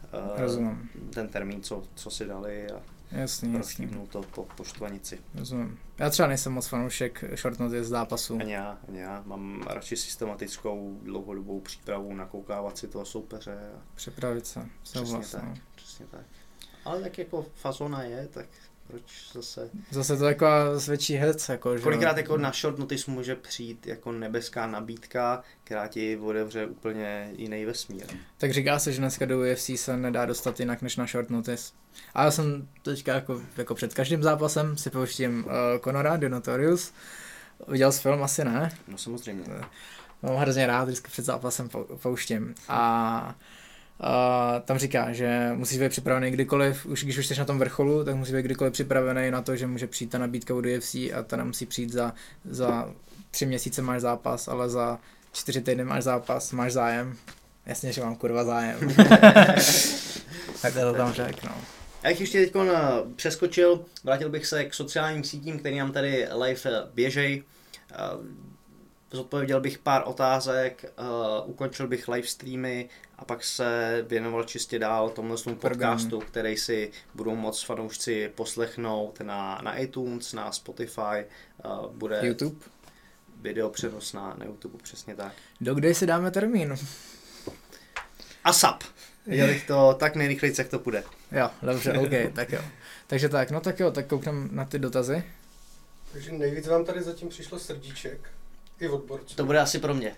ten termín, co si dali a rozchýbnu to po Štvanici. Rozumím. Já třeba nejsem moc fanoušek short notice zápasu. Ani já. Mám radši systematickou dlouhodobou přípravu, nakoukávat si toho soupeře. Připravit se. Přesně tak. Ale tak jako fazona je, tak proč zase... Zase to taková větší herc, jako že... Kolikrát jako na short notice může přijít jako nebeská nabídka, která ti otevře úplně jiný vesmír. Tak říká se, že dneska do UFC se nedá dostat jinak než na short notice. A já jsem teďka jako před každým zápasem si pouštím Conora, The Notorious. Viděl jsi film? Asi ne? No samozřejmě. Mám hrozně rád, vždycky před zápasem pouštím. A tam říká, že musíš být připravený kdykoliv, když už jsi na tom vrcholu, tak musíš být kdykoliv připravený na to, že může přijít ta nabídka od UFC a ta nemusí přijít za 3 měsíce máš zápas, ale za 4 týdny máš zápas, máš zájem. Jasně, že mám kurva zájem. Tak to tam řekl, no. Já bych ještě teď přeskočil, vrátil bych se k sociálním sítím, které nám tady live běžej. Zodpověděl bych pár otázek, ukončil bych live streamy a pak se věnoval čistě dál tomhle podcastu, který si budou moct fanoušci poslechnout na iTunes, na Spotify, bude YouTube. Video přenos na YouTube, přesně tak. Dokdy si dáme termín? ASAP. Viděl bych to tak nejrychleji, jak to půjde. Jo, dobře, OK, tak jo. Takže tak, no tak jo, tak koukneme na ty dotazy. Takže nejvíc vám tady zatím přišlo srdíček. I odborců. To bude asi pro mě.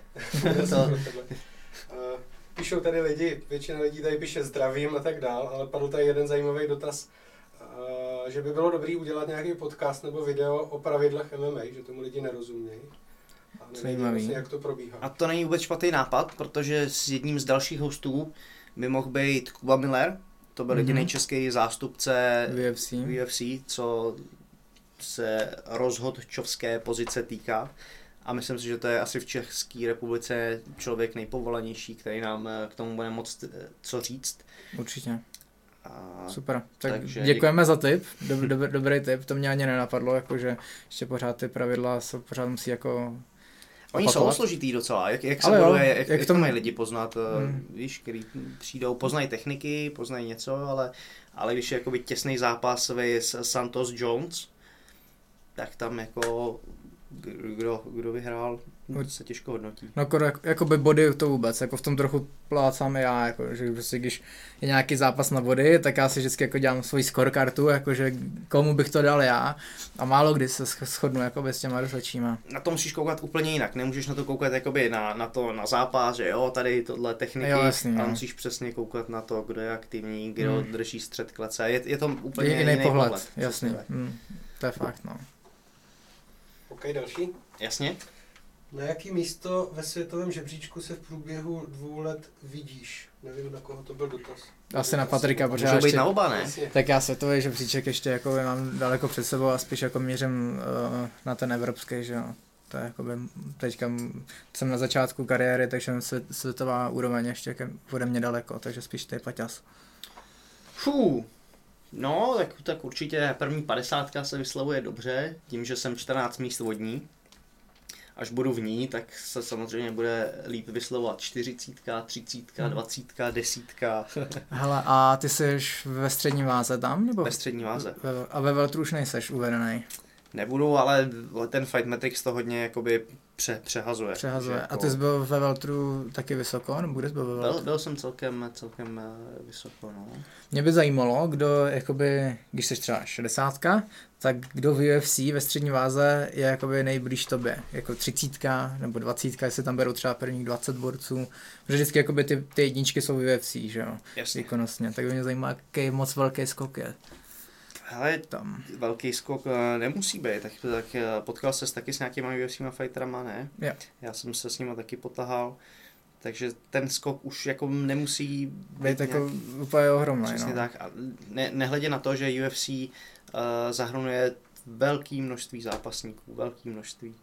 Píšou tady lidi, většina lidí tady píše zdravím a tak dál, ale padl tady jeden zajímavý dotaz, že by bylo dobrý udělat nějaký podcast nebo video o pravidlech MMA, že tomu lidi nerozumějí. A nevím vlastně, jak to probíhá. A to není vůbec špatný nápad, protože s jedním z dalších hostů by mohl být Kuba Miller, to byl jediný český zástupce UFC, co se rozhodčovské pozice týká. A myslím si, že to je asi v České republice člověk nejpovolanější, který nám k tomu bude moct co říct. Určitě. Super. Tak děkujeme za tip. Dobrý tip. To mě ani nenapadlo, jakože ještě pořád ty pravidla se pořád musí jako Oni jsou složitý docela. Jak se buduje, jak to mají lidi poznat, víš, který přijdou, poznají techniky, poznají něco, ale když je jakoby těsný zápas s Santos Jones, tak tam jako kdo vyhrál, se těžko hodnotí. No jako by body to vůbec, jako v tom trochu plácám já, jako, že prostě když je nějaký zápas na body, tak já si vždycky jako dělám svoji scorekartu, jakože komu bych to dal já a málo kdy se shodnu jakoby s těma rozhodčíma. Na to musíš koukat úplně jinak, nemůžeš na to koukat jakoby na zápas, že jo, tady tohle techniky, jo, jasný, ale musíš přesně koukat na to, kdo je aktivní, kdo drží střed klece, je to úplně jiný pohled. Jasný, to je fakt, no. OK, další. Jasně. Na jaký místo ve světovém žebříčku se v průběhu 2 let vidíš? Nevím, na koho to byl dotaz. Asi na Patrika, protože můžou být na oba, ne? Tak já světový žebříček ještě jako mám daleko před sebou a spíš jako měřím na ten evropský, že jo. To je jako teďka jsem na začátku kariéry, takže světová úroveň ještě bude mě daleko, takže spíš to je paťas. No, tak určitě první 50 se vyslovuje dobře, tím, že jsem 14 míst vodní. Až budu v ní, tak se samozřejmě bude líp vyslovovat 40, 30, 20, 10. Hele, a ty jsi ve střední váze tam? Nebo? Ve střední váze. A ve veltru už nejseš uvedený? Nebudu, ale ten Fight Matrix to hodně jakoby přehazuje. A ty jsi byl ve welteru taky vysoko, nebo kde jsi byl ve welteru? Byl jsem celkem vysoko, no. Mě by zajímalo, kdo, jakoby, když jsi třeba 60, tak kdo v UFC ve střední váze je jakoby nejblíž tobě, jako 30 nebo 20, jestli tam berou třeba prvních 20 borců, protože vždycky jakoby ty jedničky jsou v UFC, že jo, výkonnostně, tak by mě zajímá, jaký moc velký skok je. Hele, tam velký skok nemusí být, tak potkal ses taky s nějakýma UFC'ma fighterama, ne? Jo. Já jsem se s nima taky potahal, takže ten skok už jako nemusí být jako úplně ohromný. Přesně tak. A nehledě na to, že UFC zahrnuje velké množství zápasníků, velké množství.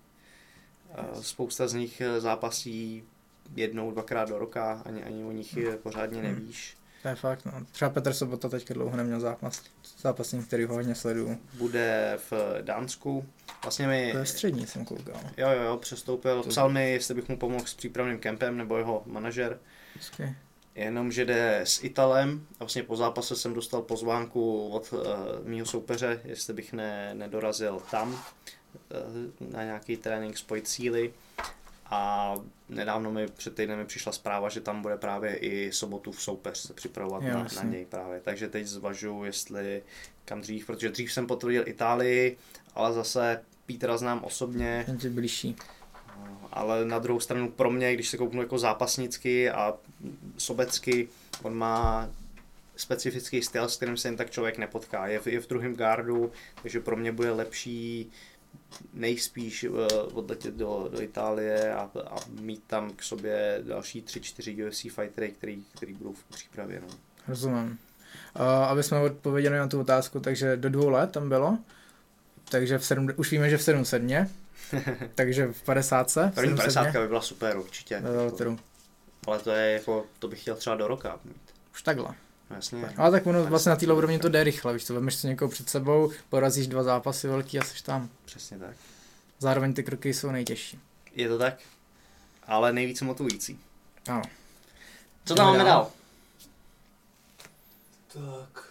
Spousta z nich zápasí 1, 2krát do roka, ani o nich pořádně nevíš. To je fakt, no. Třeba Petr Sobota teďka dlouho neměl zápasník, který ho hodně sleduju. Bude v Dánsku. Vlastně mi... To je střední, jsem koukal. Jo, přestoupil. Psal mi, jestli bych mu pomohl s přípravným kempem, nebo jeho manažer. Hezky. Jenomže jde s Italem. Vlastně po zápase jsem dostal pozvánku od mýho soupeře, jestli bych nedorazil tam na nějaký trénink, spojit síly. A nedávno před týdnem mi přišla zpráva, že tam bude právě i Sobotův soupeř se připravovat na něj právě. Takže teď zvažuji, jestli kam dřív, protože dřív jsem potvrdil Itálii, ale zase Pítera znám osobně. Ten je blížší. Ale na druhou stranu pro mě, když se kouknu jako zápasnicky a sobecky, on má specifický styl, s kterým se jen tak člověk nepotká. Je v druhém gardu, takže pro mě bude lepší nejspíš odletět do Itálie a mít tam k sobě další 3-4 UFC fightery, který budou v přípravě. No. Rozumím. Aby jsme odpověděli na tu otázku, takže do 2 let tam bylo, takže už víme, že v 7-7, takže v 50. První 50 by byla super určitě. Jako, ale to je jako, to bych chtěl třeba do roka mít. Už takhle. No, jasně. Ale tak ono vlastně na téhle úrovni to jde rychle, víš co, vemeš si někoho před sebou, porazíš 2 zápasy velký a jsi tam. Přesně tak. Zároveň ty kroky jsou nejtěžší. Je to tak, ale nejvíc motivující. Ano. Co tam máme dál? Tak.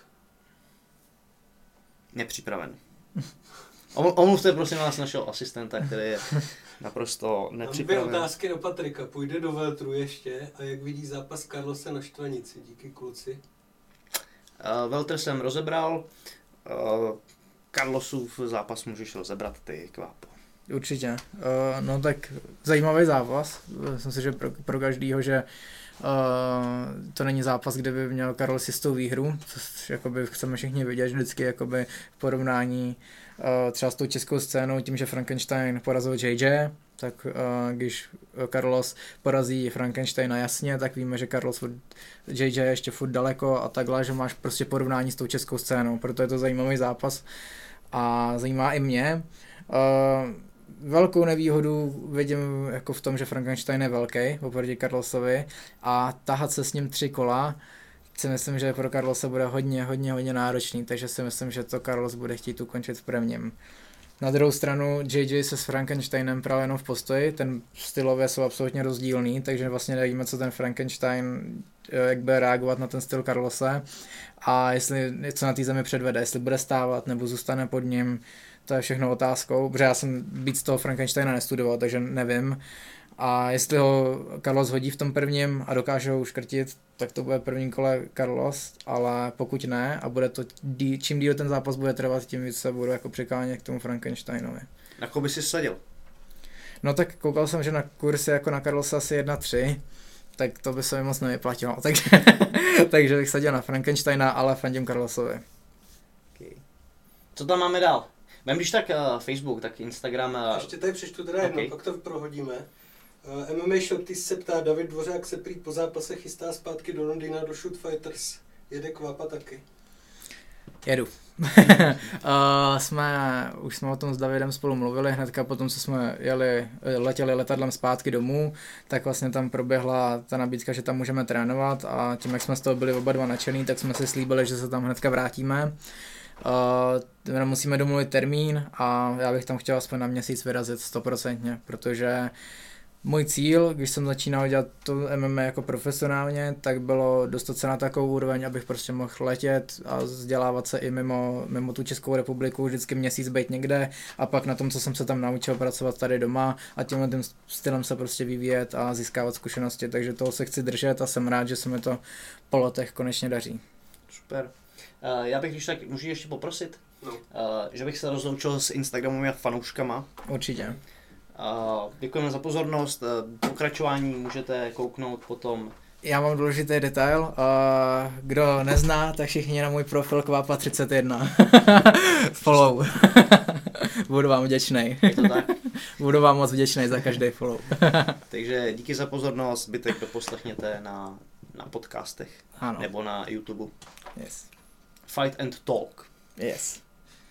Nepřipraven. Omluvte prosím vás našeho asistenta, který je naprosto nepřipraven. Mám 2 otázky do Patrika. Půjde do welteru ještě a jak vidí zápas Carlose na Štvanici? Díky kluci. Welter jsem rozebral. Carlosův zápas můžeš rozebrat ty, Kvápo. Určitě. No tak zajímavý zápas. Myslím si, že pro každýho, že to není zápas, kde by měl Carlos jistou výhru, což jakoby chceme všichni vidět vždycky jakoby v porovnání třeba s tou českou scénou, tím, že Frankenstein porazil JJ, tak když Carlos porazí Frankensteina jasně, tak víme, že Carlos od JJ je ještě furt daleko a takhle, že máš prostě porovnání s tou českou scénou, proto je to zajímavý zápas a zajímá i mě. Velkou nevýhodu vidím jako v tom, že Frankenstein je velký oproti Carlosovi a tahat se s ním 3 kola si myslím, že pro Carlose bude hodně náročný, takže si myslím, že to Carlos bude chtít ukončit v prvním. Na druhou stranu JJ se s Frankensteinem právě jenom v postoji, ten stylově jsou absolutně rozdílný, takže vlastně nevíme, co ten Frankenstein, jak bude reagovat na ten styl Carlose a jestli co na té zemi předvede, jestli bude stávat nebo zůstane pod ním, to je všechno otázkou, protože já jsem víc toho Frankensteina nestudoval, takže nevím. A jestli ho Carlos hodí v tom prvním a dokáže ho uškrtit, tak to bude první kole Carlos, ale pokud ne a bude to, čím díl ten zápas bude trvat, tím víc se budu jako přiklánět k tomu Frankensteinovi. Na koho by si sadil? No tak koukal jsem, že na kursy jako na Carlosa asi 1-3, tak to by se mi moc nevyplatilo, takže bych sadil na Frankensteina, ale fandím Carlosovi. Okay. Co tam máme dál? Vem když tak Facebook, tak Instagram. Ještě tady přečtu teda jedno, pak to prohodíme. MMA Shorties se ptá, David Dvořák se prý po zápase chystá zpátky do Londýna do Shoot Fighters. Jede Kvápa taky? Jedu. Už jsme o tom s Davidem spolu mluvili, hnedka potom, co jsme letěli letadlem zpátky domů, tak vlastně tam proběhla ta nabídka, že tam můžeme trénovat a tím, jak jsme z toho byli oba dva nadšený, tak jsme si slíbili, že se tam hnedka vrátíme. Musíme domluvit termín a já bych tam chtěl aspoň na měsíc vyrazit 100%, protože Můj cíl, když jsem začínal dělat to MMA jako profesionálně, tak bylo dostat se na takovou úroveň, abych prostě mohl letět a vzdělávat se i mimo tu Českou republiku, vždycky měsíc být někde a pak na tom, co jsem se tam naučil, pracovat tady doma a tímhle tím stylem se prostě vyvíjet a získávat zkušenosti, takže toho se chci držet a jsem rád, že se mi to po letech konečně daří. Super. Já bych, když tak, můžu ještě poprosit, že bych se rozloučil s Instagramovými fanouškama. Určitě. Děkujeme za pozornost, pokračování můžete kouknout potom. Já mám důležitý detail, kdo nezná, tak všichni na můj profil Kvapa31 follow. Budu vám vděčnej. Je to tak? Budu vám moc vděčnej za každý follow. Takže díky za pozornost, zbytek doposlechněte na podcastech. Ano. Nebo na YouTube. Yes. Fight and Talk. Yes.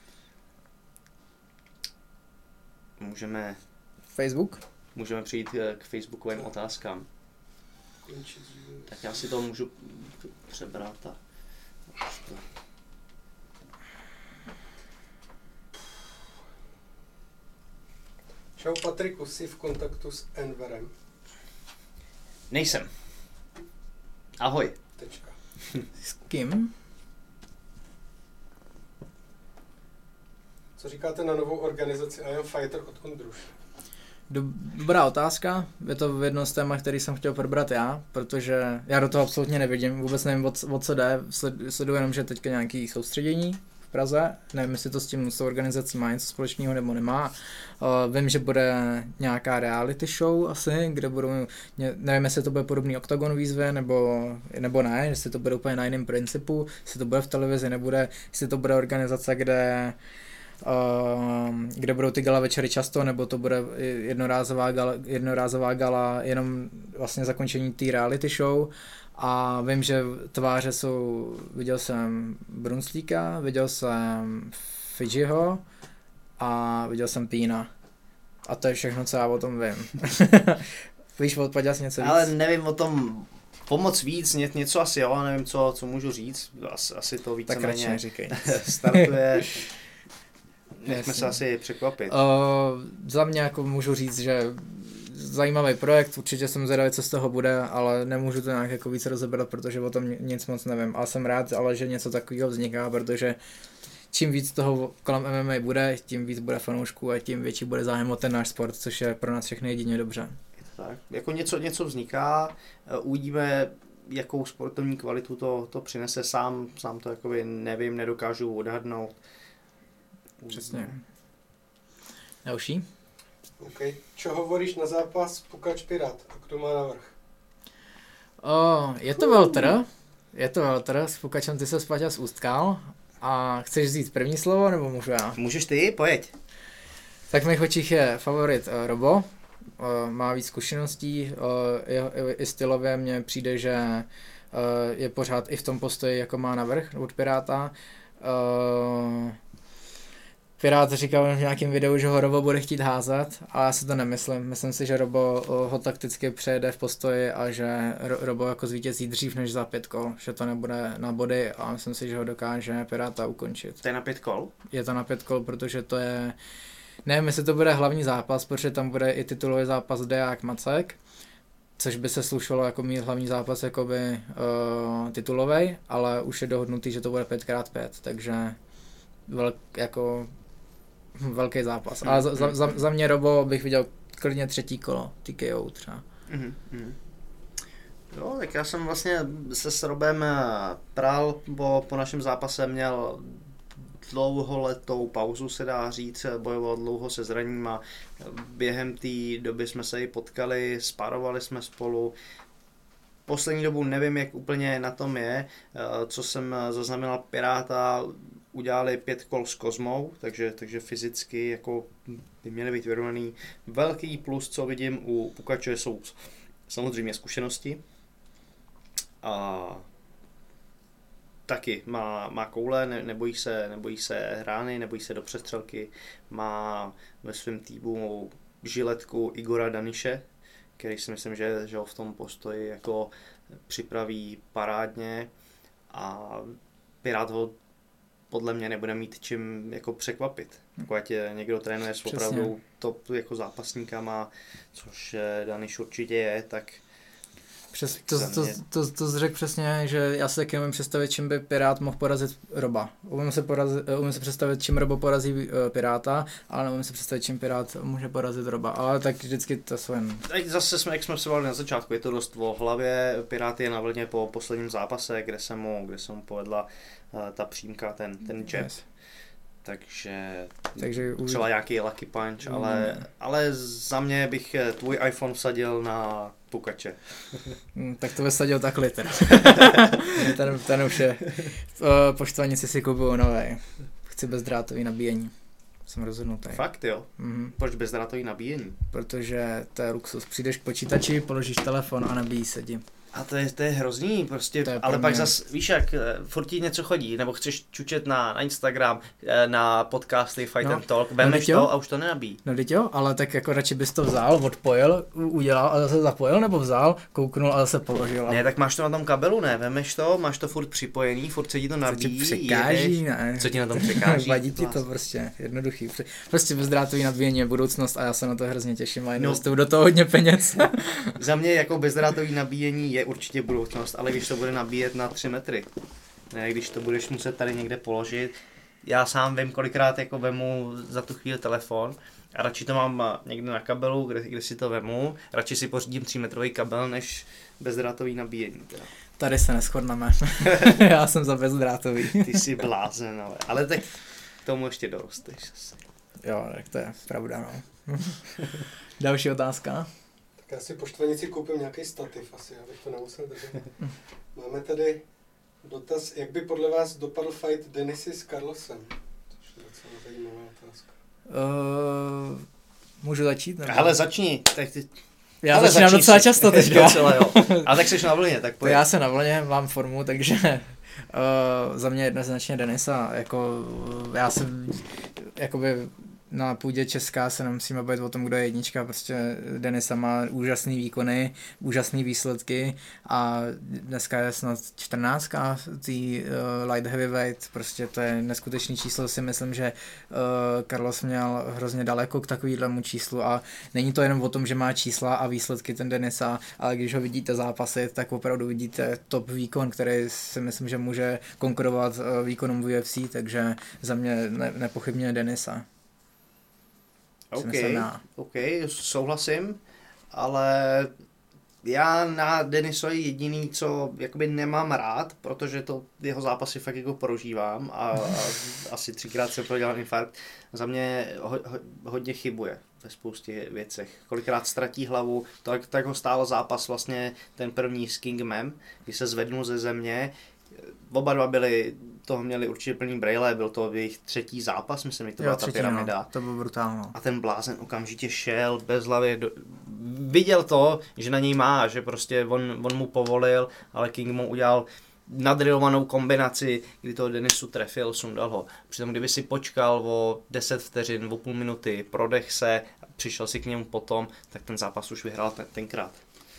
Můžeme přijít k facebookovým otázkám. Tak já si to můžu přebrat a... Čau Patriku, jsi v kontaktu s Enverem? Nejsem. Ahoj. Tečka. S kým? Co říkáte na novou organizaci I Am Fighter od Ondruše? Dobrá otázka, je to v jedno z témat, který jsem chtěl probrat já, protože já do toho absolutně nevidím, vůbec nevím, o co jde, sleduju jenom, že teďka nějaký soustředění v Praze, nevím, jestli to s tou organizací má něco společného nebo nemá, vím, že bude nějaká reality show asi, kde budou, nevím, jestli to bude podobný Octagon výzvě, nebo ne, jestli to bude úplně na jiném principu, jestli to bude v televizi, nebude, jestli to bude organizace, kde budou ty gala večery často, nebo to bude jednorázová gala jenom vlastně zakončení té reality show. A vím, že tváře jsou, viděl jsem Brunslíka, viděl jsem Fidžiho a viděl jsem Pína. A to je všechno, co já o tom vím. Víš od Paďas něco víc? Ale nevím o tom pomoc víc, něco asi jo, nevím, co můžu říct. Asi to víceméně tak říkej. Startuje. Nechme se asi překvapit. Za mě jako můžu říct, že zajímavý projekt, určitě jsem zvědavý, co z toho bude, ale nemůžu to nějak jako víc rozebrat, protože o tom nic moc nevím. Ale jsem rád, že něco takového vzniká, protože čím víc toho kolem MMA bude, tím víc bude fanoušků a tím větší bude zájem o ten náš sport, což je pro nás všechny jedině dobře. Je to tak. Jako něco vzniká, uvidíme, jakou sportovní kvalitu to přinese, sám to jakoby nevím, nedokážu odhadnout. Přesně. Další? OK. Čo hovoríš na zápas Pukač Pirát? A kdo má navrch? Je to Veltr, s Pukačem ty se Paťas ustkal a chceš vzít první slovo, nebo můžu já? Můžeš ty, pojď. Tak v mých očích je favorit Robo, má víc zkušeností, i stylově mně přijde, že je pořád i v tom postoji, jako má navrch od Piráta. Pirát říkal v nějakém videu, že ho Robo bude chtít házet, ale já si to nemyslím. Myslím si, že Robo ho takticky přejede v postoji a že Robo jako zvítězí dřív než za 5 kol, že to nebude na body a myslím si, že ho dokáže Piráta ukončit. To je na 5 kol? Je to na 5 kol, protože to je, nevím, jestli to bude hlavní zápas, protože tam bude i titulový zápas Deák Macek, což by se slušelo jako mít hlavní zápas jakoby titulovej, ale už je dohodnutý, že to bude 5x5, takže velký zápas. A za mě Robo bych viděl klidně 3. kolo, TKO třeba. Jo, tak já jsem vlastně se s Robem pral, po našem zápase měl dlouholetou pauzu, se dá říct, bojoval dlouho se zraním a během té doby jsme se i potkali, spárovali jsme spolu. Poslední dobu nevím, jak úplně na tom je, co jsem zaznamenal Piráta, udělali 5 kol s Kozmou, takže fyzicky jako by měly být vyrovnaný. Velký plus, co vidím u Pukače, jsou samozřejmě zkušenosti. A taky má koule, nebojí se rány, nebojí se do přestřelky. Má ve svém týmu žiletku Igora Daniše, který si myslím, že ho v tom postoji jako připraví parádně a Pirát ho podle mě nebude mít čím jako překvapit. Pokud někdo trénuje s opravdu top jako zápasníkama, což Daniš určitě je, tak to řekl přesně, že já si taky umím představit, čím by Pirát mohl porazit Roba. Umím se představit, čím Robo porazí Piráta, ale neumím se představit, čím Pirát může porazit Roba. Ale tak vždycky to jsou jen... Zase jak jsme se bavili na začátku, je to dost o hlavě. Pirát je na vlně po posledním zápase, kde se mu povedla ta přímka, ten jab. Yes. Takže třeba nějaký lucky punch, ale za mě bych tvůj iPhone vsadil na Pukače. Tak to vysadil tak liter. ten už je. Poštvanici si kupuju novej. Chci bezdrátový nabíjení. Jsem rozhodnutý. Fakt jo? Proč bezdrátový nabíjení? Protože to je luxus. Přijdeš k počítači, položíš telefon a nabíjí se ti. A to je hrozný, prostě, ale pak zas, víš jak, furt ti něco chodí, nebo chceš čučet na Instagram, na podcasty Fight and Talk, vemeš to a už to nenabíjí. No teď jo, ale tak jako radši bys to vzal, odpojil, udělal a zase zapojil, nebo vzal, kouknul a zase položil. Ne, tak máš to na tom kabelu, ne, vemeš to, máš to furt připojený, furt se ti to nabíjí. Co ti překáží, ne? Co ti na tom překáží? Vadí ti to prostě, jednoduchý. Prostě bezdrátový nabíjení je budoucnost a já se na to hrozně těším a investuju do toho hodně peněz. Za mě jako bezdrátový nabíjení je určitě budoucnost, ale když to bude nabíjet na 3 metry, ne, když to budeš muset tady někde položit, já sám vím, kolikrát jako vemu za tu chvíli telefon a radši to mám někde na kabelu, kde si to vemu, radši si pořídím 3metrový kabel, než bezdrátový nabíjení. Teda. Tady se neshodneme, já jsem za bezdrátový. Ty jsi blázen, ale tak k tomu ještě dorosteš asi. Jo, tak to je pravda, no. Další otázka. Já si po štvanici koupím nějaký stativ asi, abych to nemusel držet. Máme tady dotaz, jak by podle vás dopadl fight Denisy s Carlosem? Což je docela zajímavá otázka. Můžu začít? Nebo? Ale začni. Tak ty... Já začínám docela často teďka. Docela, jo. A tak jsi na vlně, tak pojď. Já jsem na vlně, mám formu, takže za mě jednoznačně Denisa. Jako, já jsem jakoby na půdě Česká se nemusíme bavit o tom, kdo je jednička, prostě Denisa má úžasný výkony, úžasný výsledky a dneska je snad 14. tý light heavyweight, prostě to je neskutečný číslo, si myslím, že Carlos měl hrozně daleko k takovýhlemu číslu a není to jenom o tom, že má čísla a výsledky ten Denisa, ale když ho vidíte zápasit, tak opravdu vidíte top výkon, který si myslím, že může konkurovat výkonům v UFC, takže za mě nepochybně Denisa. OK, souhlasím, ale já na Denisovi jediný, co jakoby nemám rád, protože to jeho zápasy fakt jako prožívám a asi 3krát jsem prodělal infarkt, za mě hodně chybuje ve spoustě věcech. Kolikrát ztratí hlavu, tak ho stálo zápas vlastně ten první s Kingmem, kdy se zvednul ze země. Oba dva měli určitě plný brejle, byl to jejich 3. zápas, myslím, že to byla ta pyramida. No, to bylo brutálno. A ten blázen okamžitě šel bez hlavy, viděl to, že na něj má, že prostě on mu povolil, ale King mu udělal nadrilovanou kombinaci, kdy toho Denisu trefil, sundal ho. Přitom kdyby si počkal o 10 vteřin, o půl minuty, prodech se, přišel si k němu potom, tak ten zápas už vyhrál tenkrát.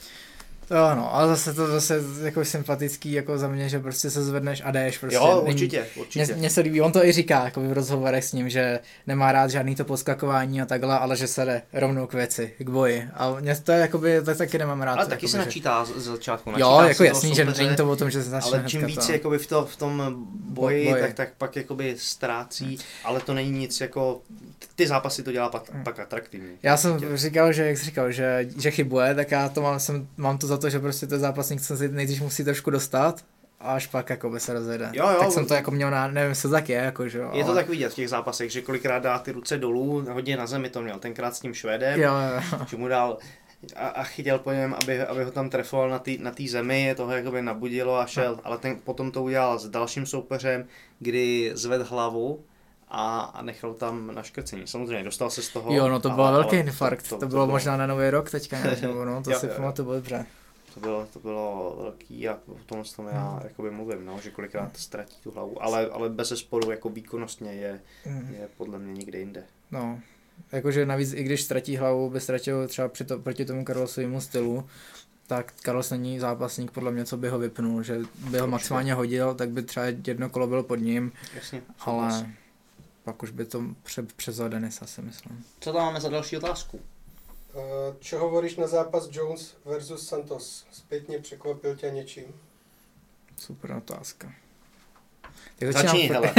Jo, no, ale zase jako sympatický jako za mě, že prostě se zvedneš a jdeš prostě. Jo, určitě. Mně se líbí, on to i říká jako v rozhovorech s ním, že nemá rád žádný to podskakování a takhle, ale že se jde rovnou k věci, k boji. A mě to je jakoby, tak taky nemám rád. Ale taky se načítá z začátku. Jo, jako jasný, že není to o tom, že se začne. Ale čím víc jakoby v tom boji. Tak pak jakoby ztrácí, ale to není nic jako, ty zápasy to dělá pak atraktivní. Já jsem říkal, že chybuje, tak já to mám to za to, že prostě ten zápasník se nejdřív musí trošku dostat a až pak jako se rozjede. Jo, tak jsem to jako měl nevím, co tak je, jako, že jo. Je to tak vidět v těch zápasech, že kolikrát dá ty ruce dolů, hodně na zemi to měl, tenkrát s tím Švédem, že mu dal a chytil po něm, aby ho tam trefoval na té zemi, toho jakoby nabudilo a šel, ale potom to udělal s dalším soupeřem, kdy zvedl hlavu a nechal tam na škrcení. Samozřejmě dostal se z toho. Jo, no to byl velký infarkt, to bylo možná na Nový rok teďka, nebo no, to si pamatuju dobře. To bylo velký a o tom já jakoby mluvím, no, že kolikrát ztratí tu hlavu, ale bez zesporu jako výkonnostně je podle mě někde jinde. No, jakože navíc i když ztratí hlavu, by ztratil třeba proti tomu Carlosovému stylu, tak Carlos není zápasník podle mě, co by ho vypnul, že by ho maximálně hodil, tak by třeba jedno kolo bylo pod ním, Jasně. ale pak už by to převzal Denisa, si myslím. Co tam máme za další otázku? Co hovoríš na zápas Jones versus Santos? Zpětně překvapil tě něčím? Super otázka. Začni, hele.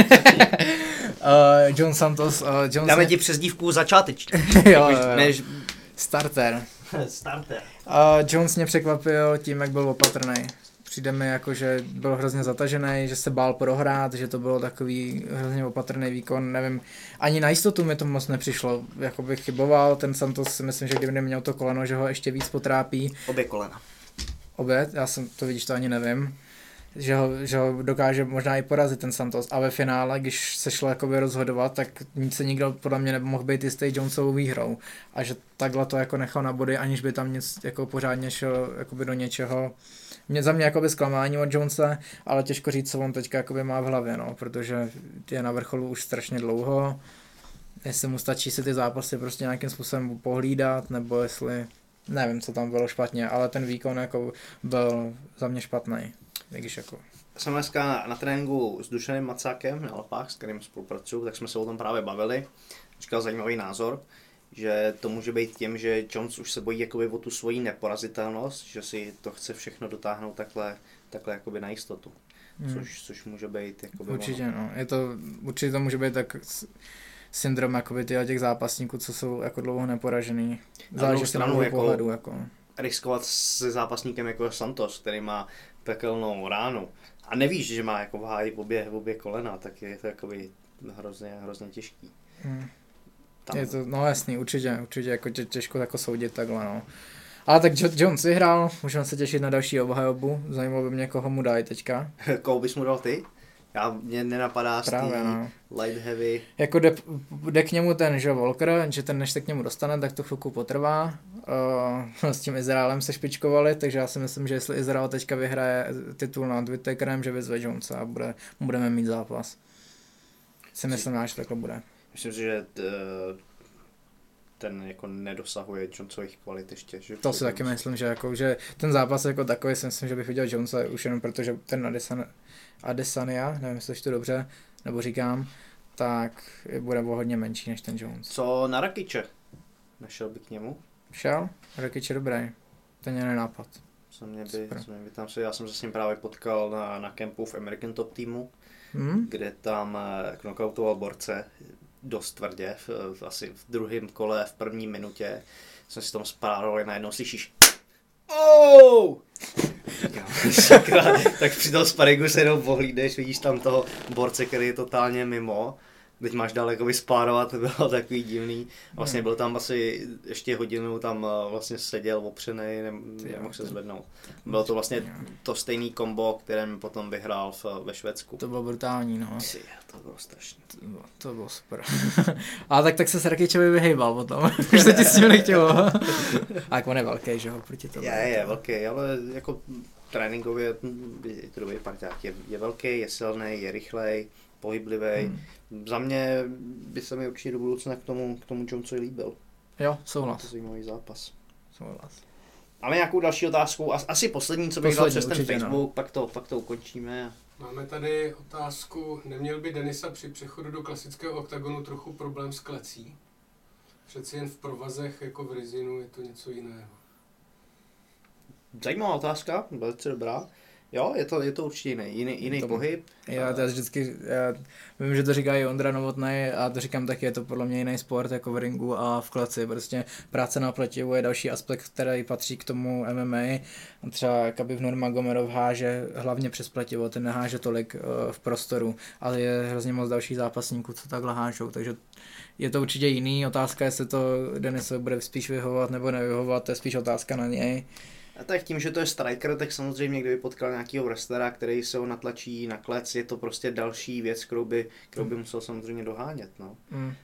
John Santos. Dáme ti přezdívku začátečník. Jo, Než... Starter. Starter. Jones mě překvapil tím, jak byl opatrný. Přijde mi jako, že byl hrozně zatažený, že se bál prohrát, že to bylo takový hrozně opatrný výkon, nevím, ani na jistotu mi to moc nepřišlo, jako bych chyboval, ten Santos si myslím, že kdyby neměl to koleno, že ho ještě víc potrápí. Obě kolena. Obě, já jsem to vidíš, to ani nevím. Že ho dokáže možná i porazit ten Santos a ve finále, když se šlo jakoby rozhodovat, tak nic se nikdo podle mě nemohl být jistý Jonesovou výhrou a že takhle to jako nechal na body, aniž by tam nic jako pořádně šel jakoby do něčeho. Za mě jakoby zklamání od Jonese, ale těžko říct, co on teďka jakoby má v hlavě, no, protože je na vrcholu už strašně dlouho, jestli mu stačí si ty zápasy prostě nějakým způsobem pohlídat, nebo jestli, nevím, co tam bylo špatně, ale ten výkon jako byl za mě špatný. Když jako... Jsem dneska na tréninku s Dušanem Macákem, naopak, s kterým spolupracuju, tak jsme se o tom právě bavili. Říkal zajímavý názor, že to může být tím, že Jones už se bojí jakoby o tu svoji neporazitelnost, že si to chce všechno dotáhnout takhle jakoby na jistotu. Což může být jakoby určitě, no. Určitě to může být tak syndrom jakoby těch zápasníků, co jsou jako dlouho neporažený. Záleží se na můj pohledu. Jako. Riskovat se zápasníkem jako Santos, který má pekelnou ránu a nevíš, že má jako v háji obě kolena, tak je to jakoby hrozně těžký. Je to, no jasný, určitě jako těžko jako soudit takhle, no. Ale tak Jones vyhrál, můžeme se těšit na další obhajobu, zajímalo by mě, koho mu dají teďka. Koho bys mu dal ty? Mě nenapadá právě, z no. light heavy. Jako jde k němu ten Joe Walker, že ten než se k němu dostane, tak to chvilku potrvá. S tím Izraelem se špičkovali, takže já si myslím, že jestli Izrael teďka vyhraje titul nad Whittakerem, že vyzve Jonesa a budeme mít zápas. Si myslím, že takhle bude. Myslím si, že ten jako nedosahuje Jonesových kvalit ještě. Že to si taky myslím, že, jako, že ten zápas jako takový si myslím, že bych viděl Jonesa už jenom protože ten Adesanya, nevím, jestli to dobře, nebo říkám, tak bude o hodně menší než ten Jones. Co na Rakiče? Nešel by k němu? Šel? Rakič je dobrý. Ten je nenápad. Já jsem se s ním právě potkal na kempu v American Top týmu, kde tam knockoutoval borce dost tvrdě, asi v druhém kole, v první minutě. Jsme si tam spárovali, najednou slyšíš tak při tom sparingu se jenom pohlídeš, vidíš tam toho borce, který je totálně mimo. Teď máš dál jakoby spárovat, to bylo takový divný. Vlastně byl tam asi ještě hodinu, tam vlastně seděl opřenej, nemohl se zvednout. Bylo to vlastně to stejný kombo, kterém potom vyhrál ve Švédsku. To bylo brutální, no. To bylo strašné. To bylo super. Ale tak se s Rakičovi vyhejbal potom, už se ti s tím nechtělo. A jak on je velký, že ho, proti tomu. Je velký, ale jako tréninkově je to dobrý parťák. Je velký, je silný, je rychlej, pohyblivý. Za mě by se mi určitě do budoucna k tomu Jonesovi líbil. Jo, souhlas. To je zajímavý zápas. Souhlas. Máme nějakou další otázku? Asi poslední, co bych dal přes ten Facebook, no. pak to ukončíme. Máme tady otázku, neměl by Denisa při přechodu do klasického oktagonu trochu problém s klecí? Přeci jen v provazech jako v Rizinu je to něco jiného. Zajímavá otázka, velice dobrá. Jo, je to určitě jiný pohyb. Já vím, že to říká i Ondra Novotný a to říkám taky, je to podle mě jiný sport jako v ringu a v kleci. Prostě práce na pletivu je další aspekt, který patří k tomu MMA. Třeba Khabib Nurmagomedov háže hlavně přes pletivo, ten neháže tolik v prostoru, ale je hrozně moc dalších zápasníků, co takhle hážou, takže je to určitě jiný. Otázka, jestli to Denisovi bude spíš vyhovovat nebo nevyhovovat, to je spíš otázka na něj. A tak tím, že to je striker, tak samozřejmě, kdyby potkal nějakého wrestlera, který se ho natlačí na klec, je to prostě další věc, kterou by musel samozřejmě dohánět, no.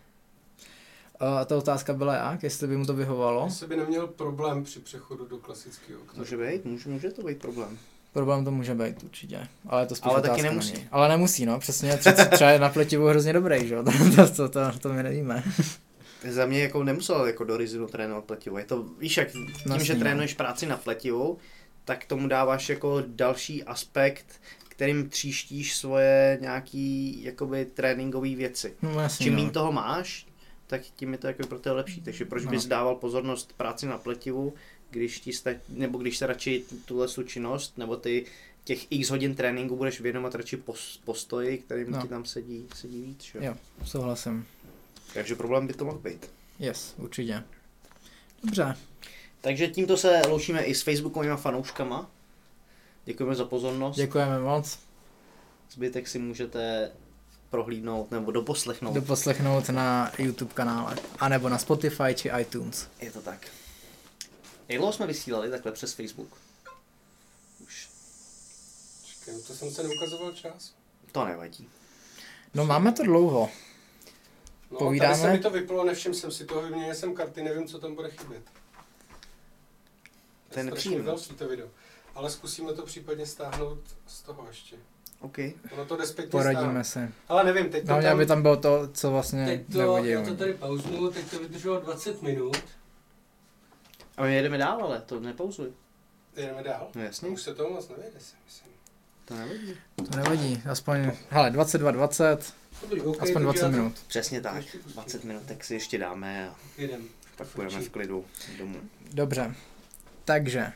A ta otázka byla jak? Jestli by mu to vyhovovalo? Jestli by neměl problém při přechodu do klasického oktagonu. Může být, může to být problém. Problém to může být určitě, ale je to spíš ale otázka taky nemusí. Na něj. Ale nemusí, no, přesně, třeba je na pletivu hrozně dobrý, že jo, to my nevíme. Za mě jako nemusel jako do Rizinu trénovat pletivou. Je to, víš, jak tím, že trénuješ práci na pletivou, tak tomu dáváš jako další aspekt, kterým tříštíš svoje nějaký jakoby tréninkové věci. No, jasně, Čím méně toho máš, tak tím je to jako pro tebe lepší. Takže proč bys dával pozornost práci na pletivu, nebo když se radši tuhle činnost, nebo ty těch x hodin tréninku budeš věnovat radši postoji, kterým ti tam sedí víc. Jo, souhlasím. Takže problém by to mohl být. Yes, určitě. Dobře. Takže tímto se loučíme i s facebookovými fanouškama. Děkujeme za pozornost. Děkujeme moc. Zbytek si můžete prohlídnout nebo doposlechnout. Doposlechnout na YouTube kanále. A nebo na Spotify či iTunes. Je to tak. Jak dlouho jsme vysílali takhle přes Facebook? Už. Čekaj, to jsem se neukazoval čas. To nevadí. No máme to dlouho. No, Povídáme? tady se mi to vyplo, nevšiml jsem si toho, vyměnil jsem karty, nevím, co tam bude chybět. To je nepříjemné. To video. Ale zkusíme to případně stáhnout z toho ještě. OK. Ono to jde zpětně Poradíme se. Ale nevím, teď to No, aby tam bylo to, co vlastně teď to, nevodí. já to tady pauznu, teď to vydrželo 20 minut. A my jedeme dál, ale to nepauzuj. Jedeme dál? No jasně. Už se toho moc nevěde, si myslím. To nevadí. To nevadí, aspoň, hele, 22:20, Dobrý, okay, aspoň 20 minut. Přesně tak. 20 minut, tak si ještě dáme a Jedem. pak půjdeme v klidu domů. Dobře, takže,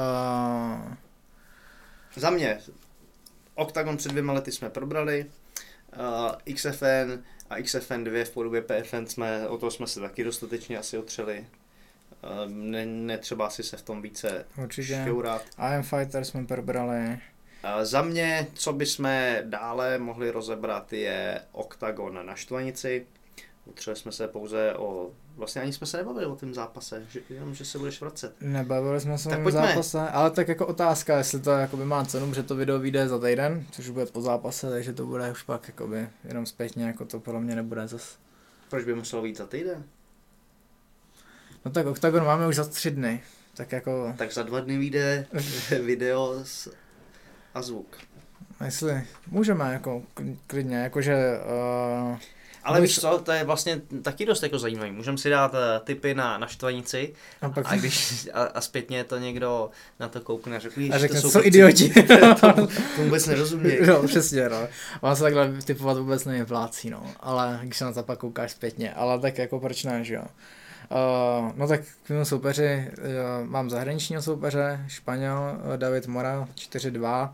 Za mě, Octagon před 2 lety jsme probrali, XFN a XFN 2 v podobě PFN o toho jsme se taky dostatečně asi otřeli. Netřeba si se v tom více šťourat. IM Fighter jsme probrali. Za mě, co bychom dále mohli rozebrat, je Octagon na Štvanici. Utřeli jsme se pouze vlastně ani jsme se nebavili o tom zápase, jenom že se budeš vracet. Nebavili jsme se o tom zápase, ale tak jako otázka, jestli to jakoby má cenu, že to video vyjde za týden, což bude po zápase, takže to bude už pak jakoby jenom zpětně, jako to podle mě nebude zas. Proč by muselo být za týden? No tak Octagon máme už za 3 dny, tak jako... Tak za 2 dny vyjde video a zvuk. Jestli můžeme, jako klidně, jakože... Ale víš co, to je vlastně taky dost jako zajímavý. Můžeme si dát tipy na Štvanici a zpětně to někdo na to koukne a řekne, to jsou idioti. to vůbec nerozumějí. No, přesně, no. Ono se takhle typovat vůbec nevyplácí, no. Ale když se na to pak koukáš zpětně, ale tak jako proč ne, že jo. No tak k mému soupeři mám zahraničního soupeře, Španěl, David Mora, 4-2.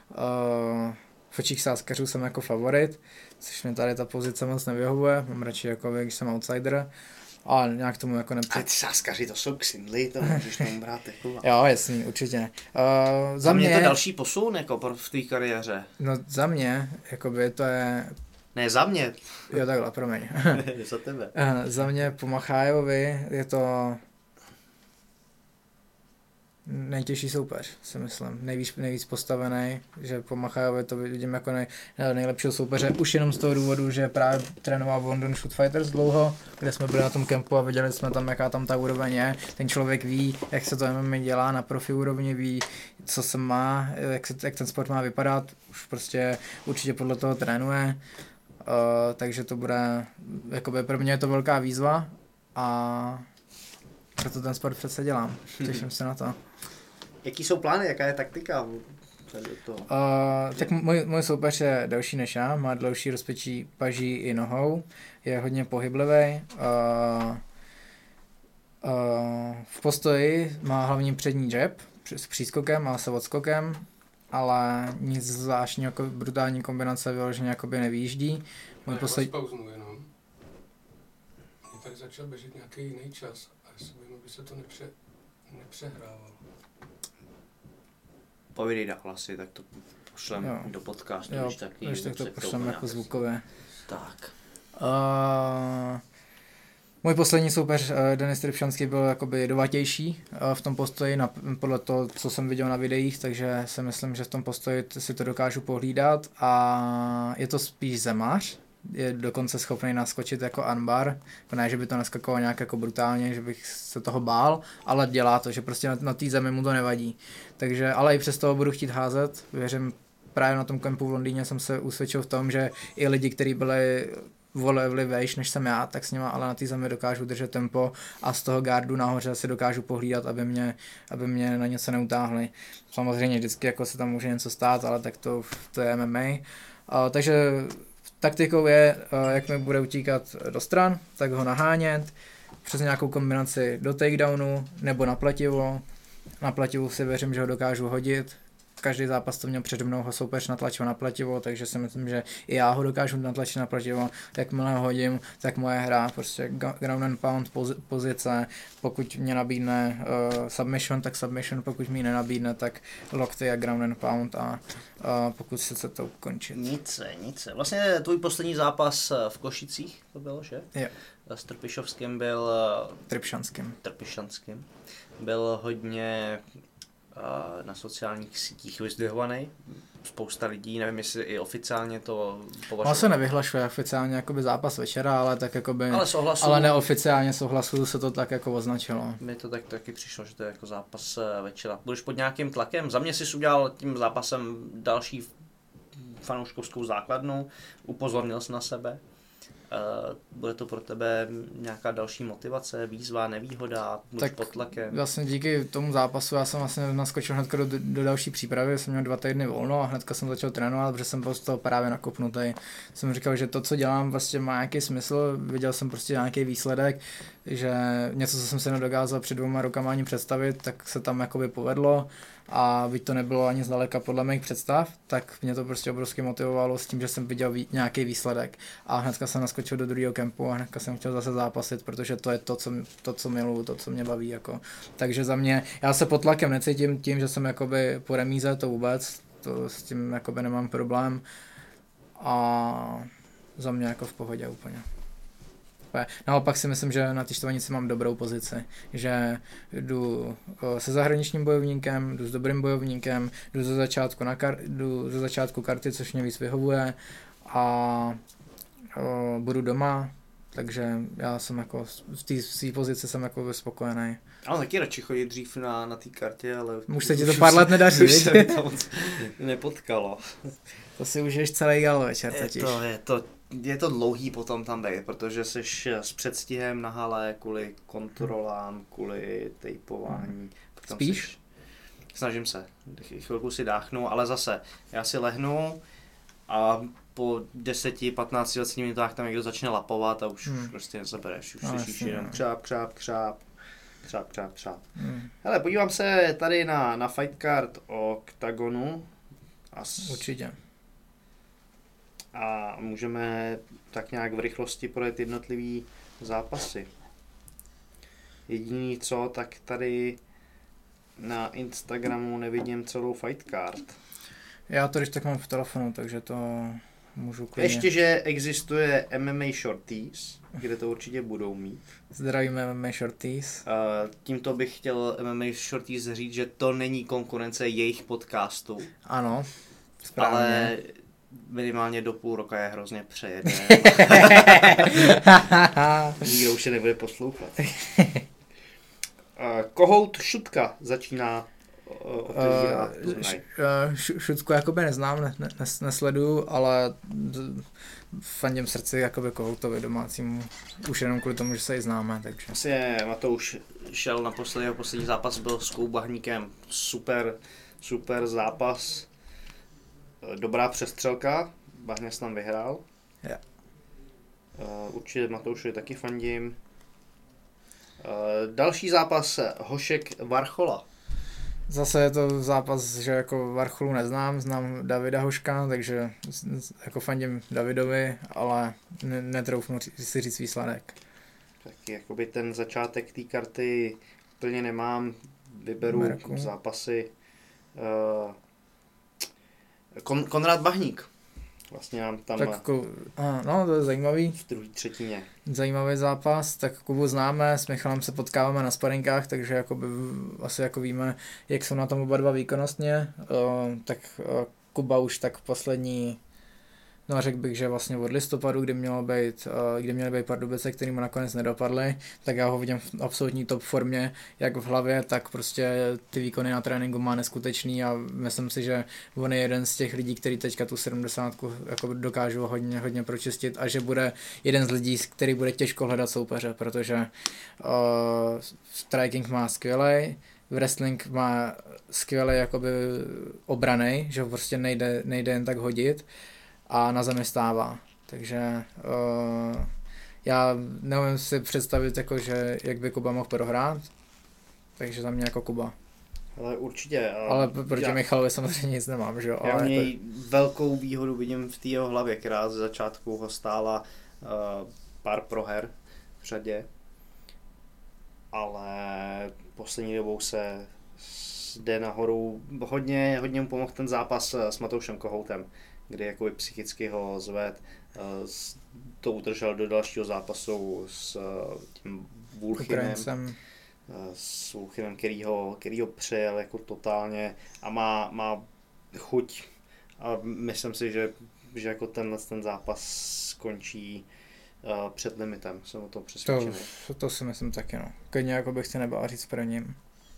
V očích sázkařů jsem jako favorit, což mi tady ta pozice moc nevyhovuje, mám radši jako když jsem outsider, a nějak tomu jako A ty sázkaři to jsou ksindly, to můžeš tomu brát jako. Jo, jasný, určitě. Za mě je to další posun jako v té kariéře. No za mě, jakoby to je... Ne, za mě. Jo, takhle, promiň. Za tebe. Za mě po Machájovi je to nejtěžší soupeř, si myslím. Nejvíc postavený, že po Machájovi to vidím jako nejlepšího soupeře. Už jenom z toho důvodu, že právě trénoval v London Shoot Fighters dlouho, kde jsme byli na tom kempu a viděli jsme tam, jaká tam ta úroveň je. Ten člověk ví, jak se to MMA dělá na profi úrovni, ví, co se má, jak ten sport má vypadat. Už prostě určitě podle toho trénuje. Takže to bude, jakoby pro mě je to velká výzva a proto ten sport přece dělám. Těším se na to. Jaký jsou plány, jaká je taktika? Tak můj soupeř je delší než já, má delší rozpětí paží i nohou, je hodně pohyblivý. V postoji má hlavní přední jab s přískokem a s odskokem, ale nic zvláštního, jako brutální kombinace vyloženě jakoby nevýjíždí. Pauznu jenom. Mě tady začal běžet nějaký jiný čas a jestli by se to nepřehrávalo. Povídej dál asi, tak to pošlem do podcastu, když tak to pošlem jako zvukově. Tak. Můj poslední soupeř Denis Trybšanský byl jakoby jedovatější v tom postoji, podle toho, co jsem viděl na videích, takže si myslím, že v tom postoji si to dokážu pohlídat a je to spíš zemář, je dokonce schopný naskočit jako armbar, ne, že by to naskakovalo nějak jako brutálně, že bych se toho bál, ale dělá to, že prostě na té zemi mu to nevadí. Takže, ale i přes toho budu chtít házet, věřím, právě na tom kempu v Londýně jsem se usvědčil v tom, že i lidi, kteří byli volevlivejš než jsem já, tak s nima ale na té zemi dokážu držet tempo a z toho gardu nahoře si dokážu pohlídat, aby mě na něco neutáhli. Samozřejmě vždycky jako se tam může něco stát, ale tak to je MMA. Takže taktikou je, jak mi bude utíkat do stran, tak ho nahánět, přes nějakou kombinaci do takedownu nebo na pletivo. Na pletivu si věřím, že ho dokážu hodit. Každý zápas to měl přede mnou, ho soupeř natlačil na pletivo, takže si myslím, že i já ho dokážu natlačit na pletivo. Jakmile ho hodím, tak moje hra, prostě ground and pound pozice, pokud mě nabídne submission, tak submission, pokud mi nenabídne, tak lokty a ground and pound a pokud se to ukončit. Nic. Vlastně tvůj poslední zápas v Košicích to bylo, že? Jo. S Trpišovským byl... Trpišanským. Byl hodně na sociálních sítích vyzdvihovaný. Spousta lidí, nevím, jestli i oficiálně to považuje. On se nevyhlašuje oficiálně jakoby zápas večera, ale tak jakoby, ale neoficiálně souhlasu se to tak jako označilo. Mně to taky přišlo, že to je jako zápas večera. Budeš pod nějakým tlakem? Za mě jsi udělal tím zápasem další fanouškovskou základnu, upozornil jsi na sebe. Bude to pro tebe nějaká další motivace, výzva, nevýhoda, budeš pod tlakem? Vlastně díky tomu zápasu já jsem vlastně naskočil hnedka do další přípravy, jsem měl 2 týdny volno a hnedka jsem začal trénovat, protože jsem byl z toho právě nakopnutý. Jsem říkal, že to, co dělám, vlastně má nějaký smysl, viděl jsem prostě nějaký výsledek, že něco, co jsem si nedokázal před 2 rokama ani představit, tak se tam jakoby povedlo. A byť to nebylo ani zdaleka podle mých představ, tak mě to prostě obrovsky motivovalo s tím, že jsem viděl nějaký výsledek. A hnedka jsem naskočil do druhého kempu a hnedka jsem chtěl zase zápasit, protože to je to, co miluju, to, co mě baví. Jako. Takže za mě, já se pod tlakem necítím tím, že jsem jakoby po remíze, to vůbec, to s tím jakoby nemám problém. A za mě jako v pohodě úplně. Naopak si myslím, že na té štvanici mám dobrou pozici, že jdu se zahraničním bojovníkem, jdu s dobrým bojovníkem, jdu ze začátku karty, což mě víc vyhovuje a budu doma, takže já jsem jako v té pozici jsem jako spokojený. Ale taky radši chodit dřív na té kartě, ale... Už se ti to pár let nedaří, už se mi to moc nepotkalo. To si užiješ celý gal večer totiž. Je to dlouhý potom tam být, protože jsi s předstihem na hale kvůli kontrolám, kvůli tejpování. Spíš? Snažím se. Chvilku si dáchnu, ale zase, já si lehnu a po 10-15 minutách tam někdo začne lapovat a už prostě nezabereš. Už slyšíš jenom křáp. Hele, podívám se tady na fight card Octagonu. Určitě. A můžeme tak nějak v rychlosti projet jednotlivý zápasy. Jediný co, tak tady na Instagramu nevidím celou fight card. Já to když tak mám v telefonu, takže to můžu klidně. Ještě, že existuje MMA Shorties, kde to určitě budou mít. Zdravíme MMA Shorties. Tímto bych chtěl MMA Shorties říct, že to není konkurence jejich podcastu. Ano, správně. Ale minimálně do půl roka je hrozně přejede. Nikdo už je nebude poslouchat. Kohout Šutka začíná otevírat turnaj. Šutku jakoby neznám, nesleduju, ale fandím srdci jakoby Kohoutovi domácímu, už jenom kvůli tomu, že se ji známe. Takže. Asi Matouš šel naposledy, jeho poslední zápas byl s Koubahníkem, super zápas. Dobrá přestřelka, Bahňas tam vyhrál. Yeah. Určitě Matoušovi taky fandím. Další zápas Hošek Varchola. Zase je to zápas, že jako Varcholu znám Davida Hoška, takže jako fandím Davidovi, ale netroufnu si říct výsledek. Tak jakoby ten začátek té karty plně nemám, vyberu zápasy. Konrad Bahník. Vlastně nám tam... Tak no, to je zajímavý. V druhé třetině. Zajímavý zápas, tak Kubu známe, s Michalem se potkáváme na sparinkách, takže jakoby, asi jako víme, jak jsou na tom oba dva výkonnostně. Tak Kuba už tak poslední No a řekl bych, že vlastně od listopadu, kdy měly být Pardubice, který mu nakonec nedopadly, tak já ho vidím v absolutní top formě, jak v hlavě, tak prostě ty výkony na tréninku má neskutečný a myslím si, že on je jeden z těch lidí, který teďka tu 70 jako dokážou hodně pročistit a že bude jeden z lidí, který bude těžko hledat soupeře, protože striking má skvělej, wrestling má skvělý jakoby obranej, že ho prostě nejde jen tak hodit a na zemi stává. Takže já neumím si představit, jako, že jak by Kuba mohl prohrát, takže za mě jako Kuba. Ale určitě. Ale proti Michalovi samozřejmě nic nemám, že jo. Já u něj velkou výhodu vidím v té jeho hlavě, která ze začátku ho stála pár proher v řadě, ale poslední dobou se jde nahoru. Hodně mu pomohl ten zápas s Matoušem Kohoutem, kdy jakoby psychicky ho zved, to udržel do dalšího zápasu s tím Vulchinem, s Vulchinem, který ho přejel jako totálně a má chuť a myslím si, že jako ten zápas skončí před limitem, jsem o tom přesvědčený. To si myslím taky, no. Klidně jako bych si nebál říct pro ním.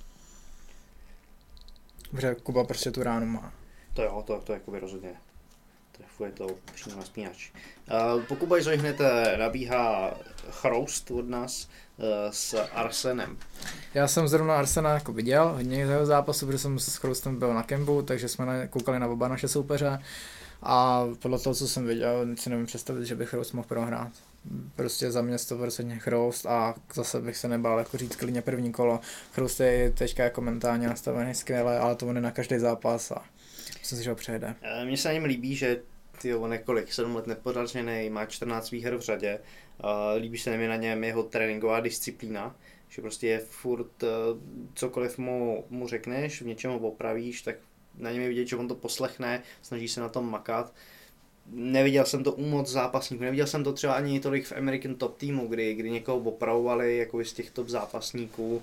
Protože Kuba prostě tu ránu má. To jo, to jakoby rozhodně. Trefuje to přímo na spínač. Pokud hned nabíhá Chroust od nás s Arsenem. Já jsem zrovna Arsena jako viděl hodně jeho zápasu, protože jsem s Chroustem byl na kempu, takže jsme koukali na oba naše soupeře a podle toho, co jsem viděl, si nevím představit, že by Chroust mohl prohrát. Prostě za mě 100% Chroust a zase bych se nebál jako říct klidně první kolo. Chroust je teďka jako mentálně nastavený skvěle, ale to on je na každý zápas a myslím si, že ho přejede. Mně se na něm líbí, že on je kolik, 7 let nepodařený, má 14 výher v řadě. Líbí se mi na něm jeho tréninková disciplína, že prostě je furt cokoliv mu řekneš, v něčem ho opravíš, tak na něm je vidět, že on to poslechne, snaží se na tom makat. Neviděl jsem to u moc zápasníků, neviděl jsem to třeba ani tolik v American Top Teamu, kdy někoho opravovali jako z těch top zápasníků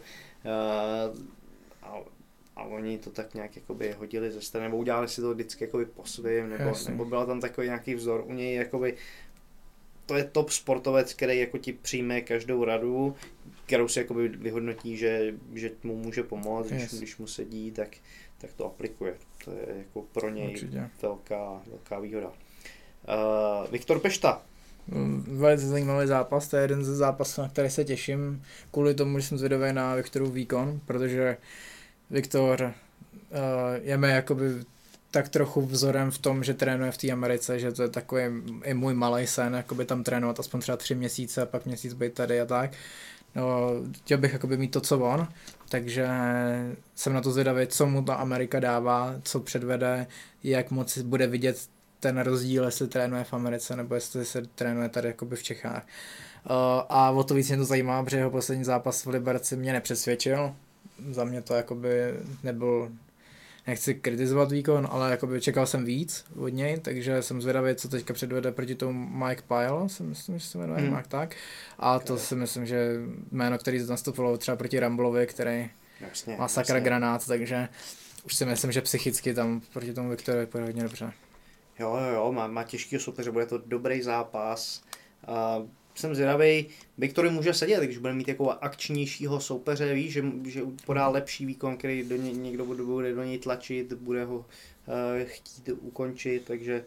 a oni to tak nějak jakoby hodili ze strany, nebo udělali si to vždycky jakoby po svým, nebo byl tam takový nějaký vzor u něj, jakoby to je top sportovec, který jako ti přijme každou radu, kterou si jakoby vyhodnotí, že mu může pomoct, když mu sedí, tak to aplikuje. To je jako pro něj velká výhoda. Viktor Pešta. Velice zajímavý zápas, to je jeden ze zápasů, na který se těším, kvůli tomu, že jsem zvědavý na Viktorův výkon, protože Viktor je mi jakoby tak trochu vzorem v tom, že trénuje v té Americe, že to je takový i můj malej sen, jakoby tam trénovat aspoň třeba 3 měsíce a pak měsíc být tady a tak. No, chtěl bych jakoby mít to, co on, takže jsem na to zvědavý, co mu ta Amerika dává, co předvede, jak moc bude vidět ten rozdíl, jestli trénuje v Americe, nebo jestli se trénuje tady jakoby v Čechách. A o to víc mě to zajímá, protože jeho poslední zápas v Liberci mě nepřesvědčil. Za mě to jakoby nebyl, nechci kritizovat výkon, ale jakoby čekal jsem víc od něj, takže jsem zvědavý, co teďka předvede proti tomu Mike Pyle, si myslím, že se jmenuje Mike, tak. A to si myslím, že jméno, který nastupovalo třeba proti Rumblovi, který má sakra granát, takže už si myslím, že psychicky tam proti tomu Viktorovi půjde hodně dobře. Jo, má těžký soupeře, bude to dobrý zápas. Jsem zvědavý, Viktory může sedět, když bude mít jako akčnějšího soupeře, víš, že podá lepší výkon, který někdo bude do něj tlačit, bude ho chtít ukončit, takže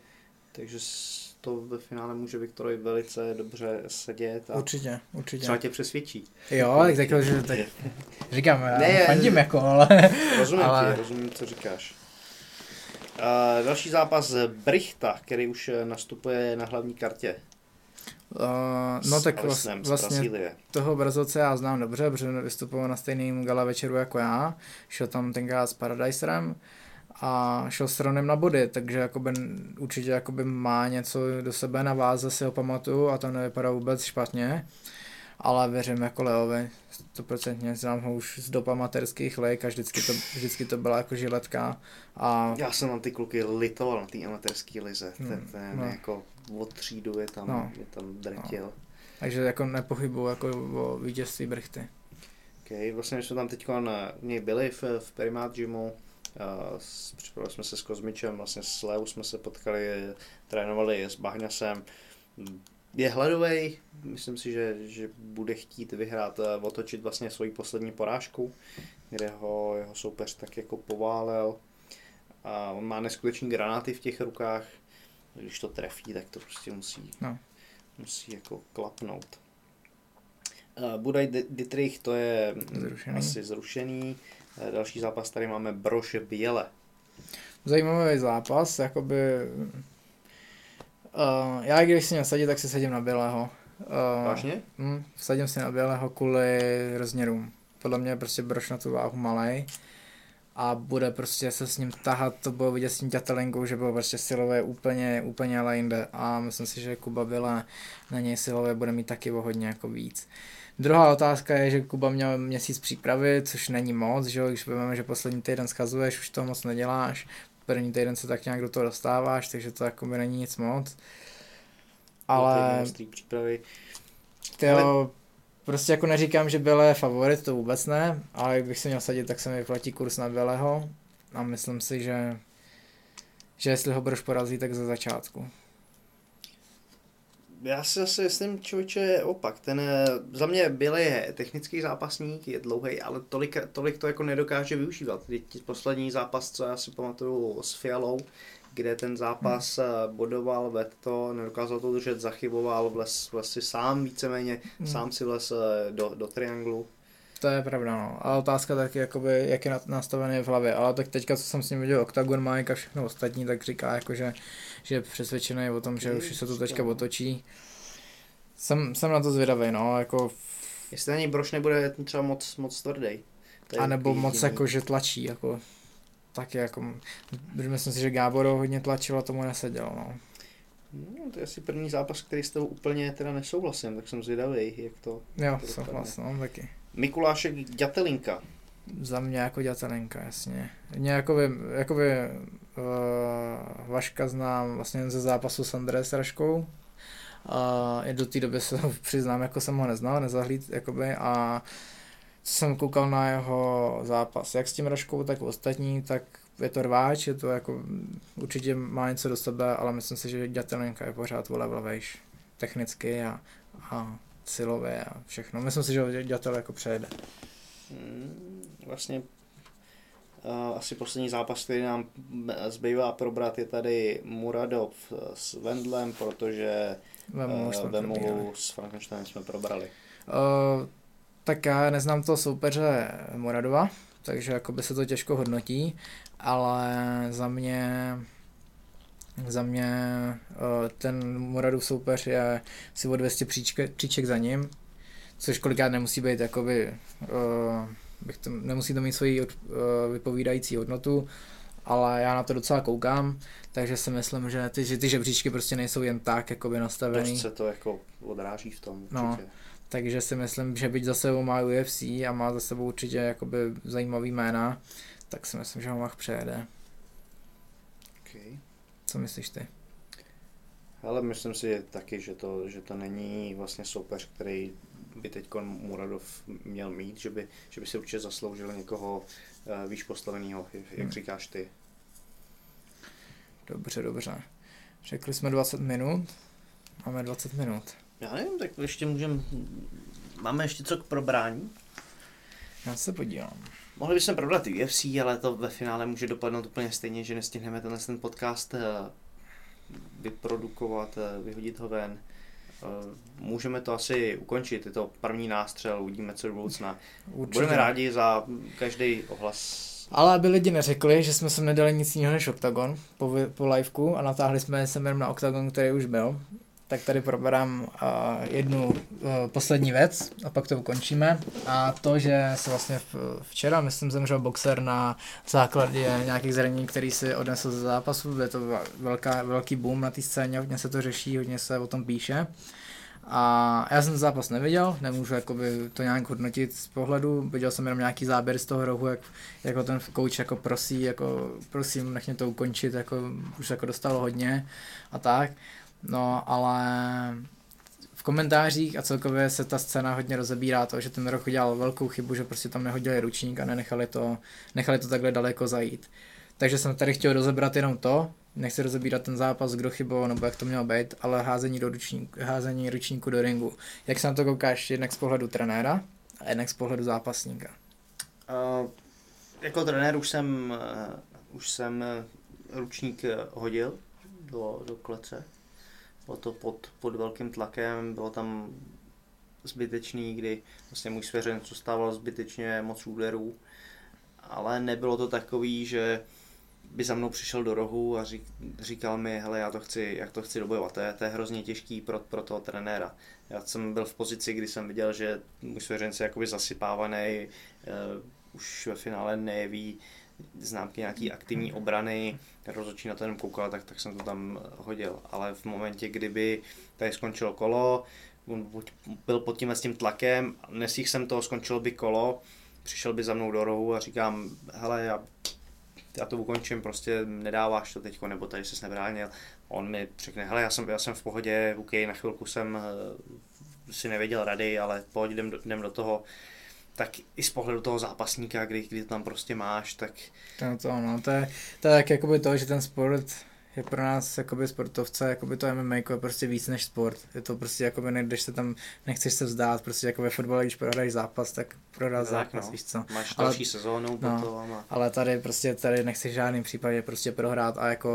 to ve finále může Viktorovi velice dobře sedět. A určitě. Třeba tě přesvědčí. Jo, tak řekl, že tak říkám, já fandím jako, ale... Rozumím, co říkáš. Další zápas Brichta, který už nastupuje na hlavní kartě. No tak vlastně toho Brazilce já znám dobře, protože vystupoval na stejným gala večeru jako já. Šel tam tenkrát s Paradiserem a šel s Ronem na body, takže jakoby, určitě jakoby má něco do sebe na váze, si ho pamatuju a to nevypadá vůbec špatně. Ale věřím jako Leovi, 100% znám ho už z dob amatérských lig a vždycky to byla jako žiletka. A... Já jsem na ty kluky litoval na té amatérské lize, ten jako od třídu je tam drtil. No. Takže jako nepochybuju jako o vítězství Brichty. Okay, vlastně jsme tam teď byli v Perimat Gymu, Připravili jsme se s Kozmičem, vlastně s Leu jsme se potkali, trénovali s Bahňasem. Je hladovej, myslím si, že bude chtít vyhrát, otočit vlastně svoji poslední porážku, kde jeho soupeř tak jako poválel. A on má neskutečný granáty v těch rukách, když to trefí, tak to prostě musí jako klapnout. Budaj Dietrich, to je asi zrušený. Další zápas tady máme Brož Běle. Zajímavý zápas, jakoby... já když si měl sadit, tak si sadím na Bělého. Vážně? Sadím si na Bělého kvůli rozměrům. Podle mě prostě Brož na tu váhu malej a bude prostě se s ním tahat, to bylo vidět s tím Ďatelenkou, že bylo prostě silové úplně ale jinde a myslím si, že Kuba Běle na něj silové bude mít taky o hodně jako víc. Druhá otázka je, že Kuba měl měsíc přípravy, což není moc, že když povíme, že poslední týden schazuješ, už toho moc neděláš, první týden se tak nějak do toho dostáváš, takže to jako by není nic moc. Ale přípravy. Prostě jako neříkám, že Běle je favorit, to vůbec ne, ale jak bych se měl sadit, tak se mi vyplatí kurz na Běleho a myslím si, že jestli ho Brož porazí, tak ze začátku. Já si zase myslím, člověče, opak. Za mě Běle je technický zápasník, je dlouhý, ale tolik to jako nedokáže využívat. Poslední zápas, co já si pamatuju s Fialou, kde ten zápas bodoval, vedl to, nedokázal to držet, zachyboval, vlez si sám víceméně, sám si vlez do trianglu. To je pravda, no. A otázka taky, jakoby, jak je nastavený v hlavě, ale tak teďka, co jsem s ním viděl, Octagon Mike a všechno ostatní, tak říká, jako, že je přesvědčený o tom, že už se to teďka otočí. Jsem na to zvědavý, no, jako... Jestli na něj Brož nebude třeba moc tvrdý. A nebo moc jako, že tlačí, jako... Taky jako... Myslím si, že Gábor hodně tlačil a tomu neseděl, no. No, to je asi první zápas, který s tebou úplně teda nesouhlasím, tak jsem zvědavý, jak to... Jo, souhlas, no, taky. Mikulášek Ďatelinka. Za mě jako Ďatelinka, jasně. Mě jakoby Vaška znám vlastně ze zápasu s Andrés Raškou. I do té doby se přiznám, jako jsem ho neznal, nezahlíd, jakoby, a co jsem koukal na jeho zápas, jak s tím Raškou, tak ostatní, tak je to rváč, je to jako, určitě má něco do sebe, ale myslím si, že Ďatelinka je pořád o level vejš, technicky a silově a všechno. Myslím si, že Ďatel jako přejede. Vlastně asi poslední zápas, který nám zbývá probrat, je tady Muradov s Vendlem, protože Vemulu s Frankensteinem jsme probrali. Tak já neznám toho soupeře Muradova, takže jakoby se to těžko hodnotí, ale za mě ten Muradův soupeř je si o 200 příček za ním, což kolikrát nemusí být jakoby, nemusí to mít svoji vypovídající hodnotu, ale já na to docela koukám, takže si myslím, že ty žebříčky prostě nejsou jen tak jakoby nastavený. Dost se to jako odráží v tom určitě. No, takže si myslím, že byť za sebou má UFC a má za sebou určitě jakoby zajímavý jména, tak si myslím, že ho Mach přejede. Okay. Co myslíš ty? Ale myslím si taky, že to není vlastně soupeř, který by teď Muradov měl mít, že by si určitě zasloužil někoho výš postaveného, jak říkáš ty. Dobře. Řekli jsme 20 minut, máme 20 minut. Já nevím, tak ještě máme ještě co k probrání? Já se podívám. Mohli bychom probrat UFC, ale to ve finále může dopadnout úplně stejně, že nestihneme ten podcast vyprodukovat, vyhodit ho ven. Můžeme to asi ukončit, je to první nástřel, uvidíme co do budoucna. Budeme rádi za každý ohlas. Ale aby lidi neřekli, že jsme sem nedali nic jiného než Octagon po liveku a natáhli jsme sem jenom na Octagon, který už byl. Tak tady proberám jednu poslední věc a pak to ukončíme. A to, že se vlastně včera, myslím, zemřel boxer na základě nějakých zranění, který si odnesl ze zápasu. Je to velký boom na té scéně, hodně se to řeší, hodně se o tom píše. A já jsem zápas neviděl, nemůžu jakoby to nějak hodnotit z pohledu, viděl jsem jenom nějaký záběr z toho rohu, jak ho ten coach jako prosí, jako prosím, nech mě to ukončit, jako už jako dostalo hodně a tak. No, ale v komentářích a celkově se ta scéna hodně rozebírá to, že ten Roch udělal velkou chybu, že prostě tam nehodili ručník a nechali to takhle daleko zajít. Takže jsem tady chtěl rozebrat jenom to, nechci rozebírat ten zápas, kdo chyboval, nebo jak to mělo být, ale házení ručníku do ringu. Jak se na to koukáš jednak z pohledu trenéra a jednak z pohledu zápasníka? Jako trenér už jsem ručník hodil do klece. Bylo to pod velkým tlakem, bylo tam zbytečný, kdy vlastně můj svěřenec dostával zbytečně moc úderů, ale nebylo to takový, že by za mnou přišel do rohu a říkal mi, hele, já to chci dobojovat, to je hrozně těžký pro toho trenéra. Já jsem byl v pozici, kdy jsem viděl, že můj svěřenec je jakoby zasypávaný, už ve finále nejeví známky nějaký aktivní obrany, rozhodčí na to jenom koukal, tak jsem to tam hodil. Ale v momentě, kdyby tady skončilo kolo, on byl pod s tím tlakem, nestihl jsem to, skončilo by kolo, přišel by za mnou do rohu a říkám, hele, já to ukončím, prostě nedáváš to teďko, nebo tady ses nebránil. On mi řekne, hele, já jsem v pohodě, OK, na chvilku jsem si nevěděl rady, ale pojď, jdem do toho. Tak i z pohledu toho zápasníka, kdy to tam prostě máš, tak... To je tak jakoby to, že ten sport je pro nás jakoby sportovce, jakoby to MMA je prostě víc než sport. Je to prostě jakoby, když se tam nechceš se vzdát, prostě jako ve fotbale, když prohraješ zápas, tak prohrát zápas, no. Víš co. Máš další sezónu potom. Ale tady nechceš v žádném případě prostě prohrát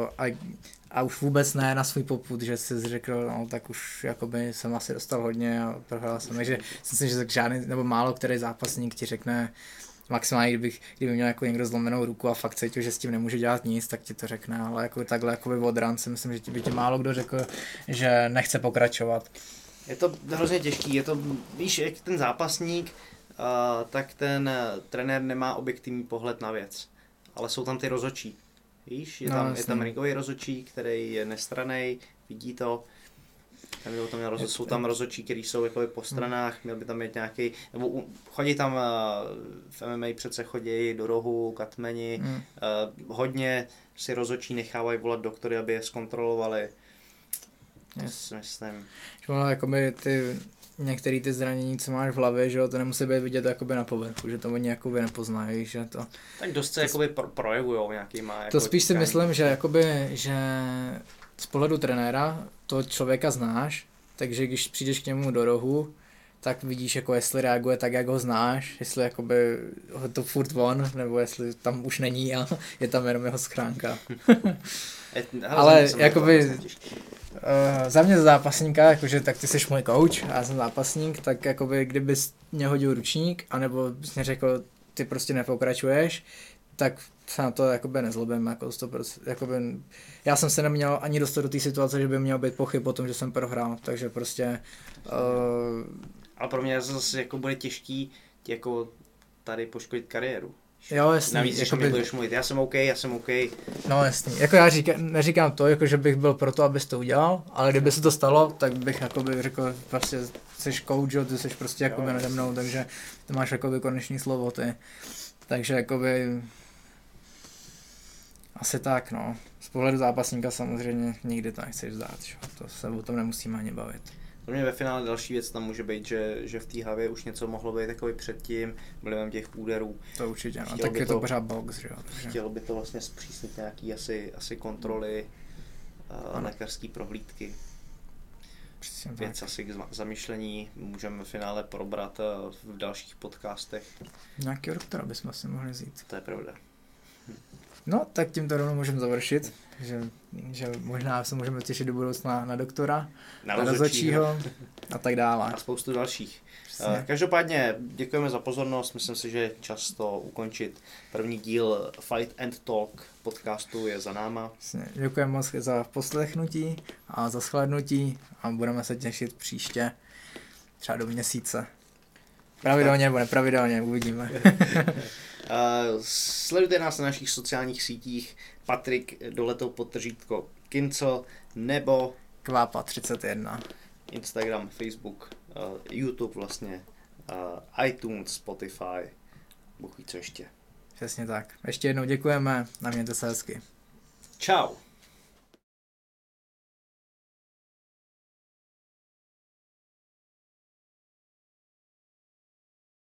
a už vůbec ne na svůj popud, že jsi řekl, no tak už jakoby jsem asi dostal hodně a prohrál jsem. Takže myslím, že tak žádný, nebo málo který zápasník ti řekne, maximálně kdyby měl jako někdo zlomenou ruku a fakt cítil, že s tím nemůže dělat nic, tak ti to řekne, ale jako takhle jakoby od ran si myslím, že by ti málo kdo řekl, že nechce pokračovat. Je to hrozně těžký, víš, jak ten zápasník, tak ten trenér nemá objektivní pohled na věc, ale jsou tam ty rozhodčí. Víš, je tam ringový rozhodčí, který je nestranný, vidí to. Jsou tam rozhodčí, kteří jsou jakoby po stranách, měl by tam mít nějaký, nebo chodí tam v MMA přece chodí do rohu, katmeni, hodně si rozhodčí nechávají volat doktory, aby je zkontrolovali. To si myslím. Jakoby některé ty zranění, co máš v hlavě, že jo, to nemusí být vidět jakoby na povrchu, že to oni jakoby nepoznají, že to... Tak dost se jakoby projevujou nějakýma... To spíš si myslím, že jakoby, že z pohledu trenéra toho člověka znáš, takže když přijdeš k němu do rohu, tak vidíš, jako jestli reaguje tak, jak ho znáš, jestli jakoby to furt von, nebo jestli tam už není a je tam jenom jeho schránka. Ale jakoby za mě zápasníka, jakože tak ty jsi můj coach a já jsem zápasník, tak jakoby kdybys mě hodil ručník, anebo bys mě řekl, ty prostě nepokračuješ, tak se na to jakoby nezlobím, jako 100%, jakoby, já jsem se neměl ani dostat do té situace, že by měl být pochyb o tom, že jsem prohrál, takže prostě... Ale pro mě zase jako bude těžký jako tady poškodit kariéru. Jo, jasný. Navíc, když mi budeš mluvit, já jsem OK. No jasný, jako já neříkám to, jako že bych byl pro to, abys to udělal, ale kdyby se to stalo, tak bych jakoby řekl, prostě jsi coach, jo, ty jsi prostě jakoby nade mnou, takže ty máš jakoby konečný slovo, ty. Takže jakoby... Asi tak, no. Z pohledu zápasníka samozřejmě nikdy to nechceš vzdát, že? To se o tom nemusíme ani bavit. Pro mě ve finále další věc tam může být, že v té hlavě už něco mohlo být takový předtím, vlivem těch úderů. To určitě, no. Tak je to pořád box, že jo. Chtělo by to vlastně zpřísnit nějaký asi kontroly, lékařský prohlídky. Věc asi k zamyšlení můžeme v finále probrat v dalších podcastech. Nějakého doktora bychom si mohli vzít. To je pravda. No, tak tímto rovnou můžeme završit, že možná se můžeme těšit do budoucna na doktora, na rozhodčího a tak dále. A spoustu dalších. Každopádně děkujeme za pozornost, myslím si, že čas to ukončit. První díl Fight and Talk podcastu je za náma. Děkujeme moc za poslechnutí a za shlédnutí a budeme se těšit příště, třeba do měsíce. Pravidelně nebo nepravidelně, uvidíme. Sledujte nás na našich sociálních sítích Patrik __ Kincel nebo Kvápa 31. Instagram, Facebook, YouTube vlastně, iTunes, Spotify, Bůh ví co ještě. Přesně tak. Ještě jednou děkujeme a mějte se hezky. Čau.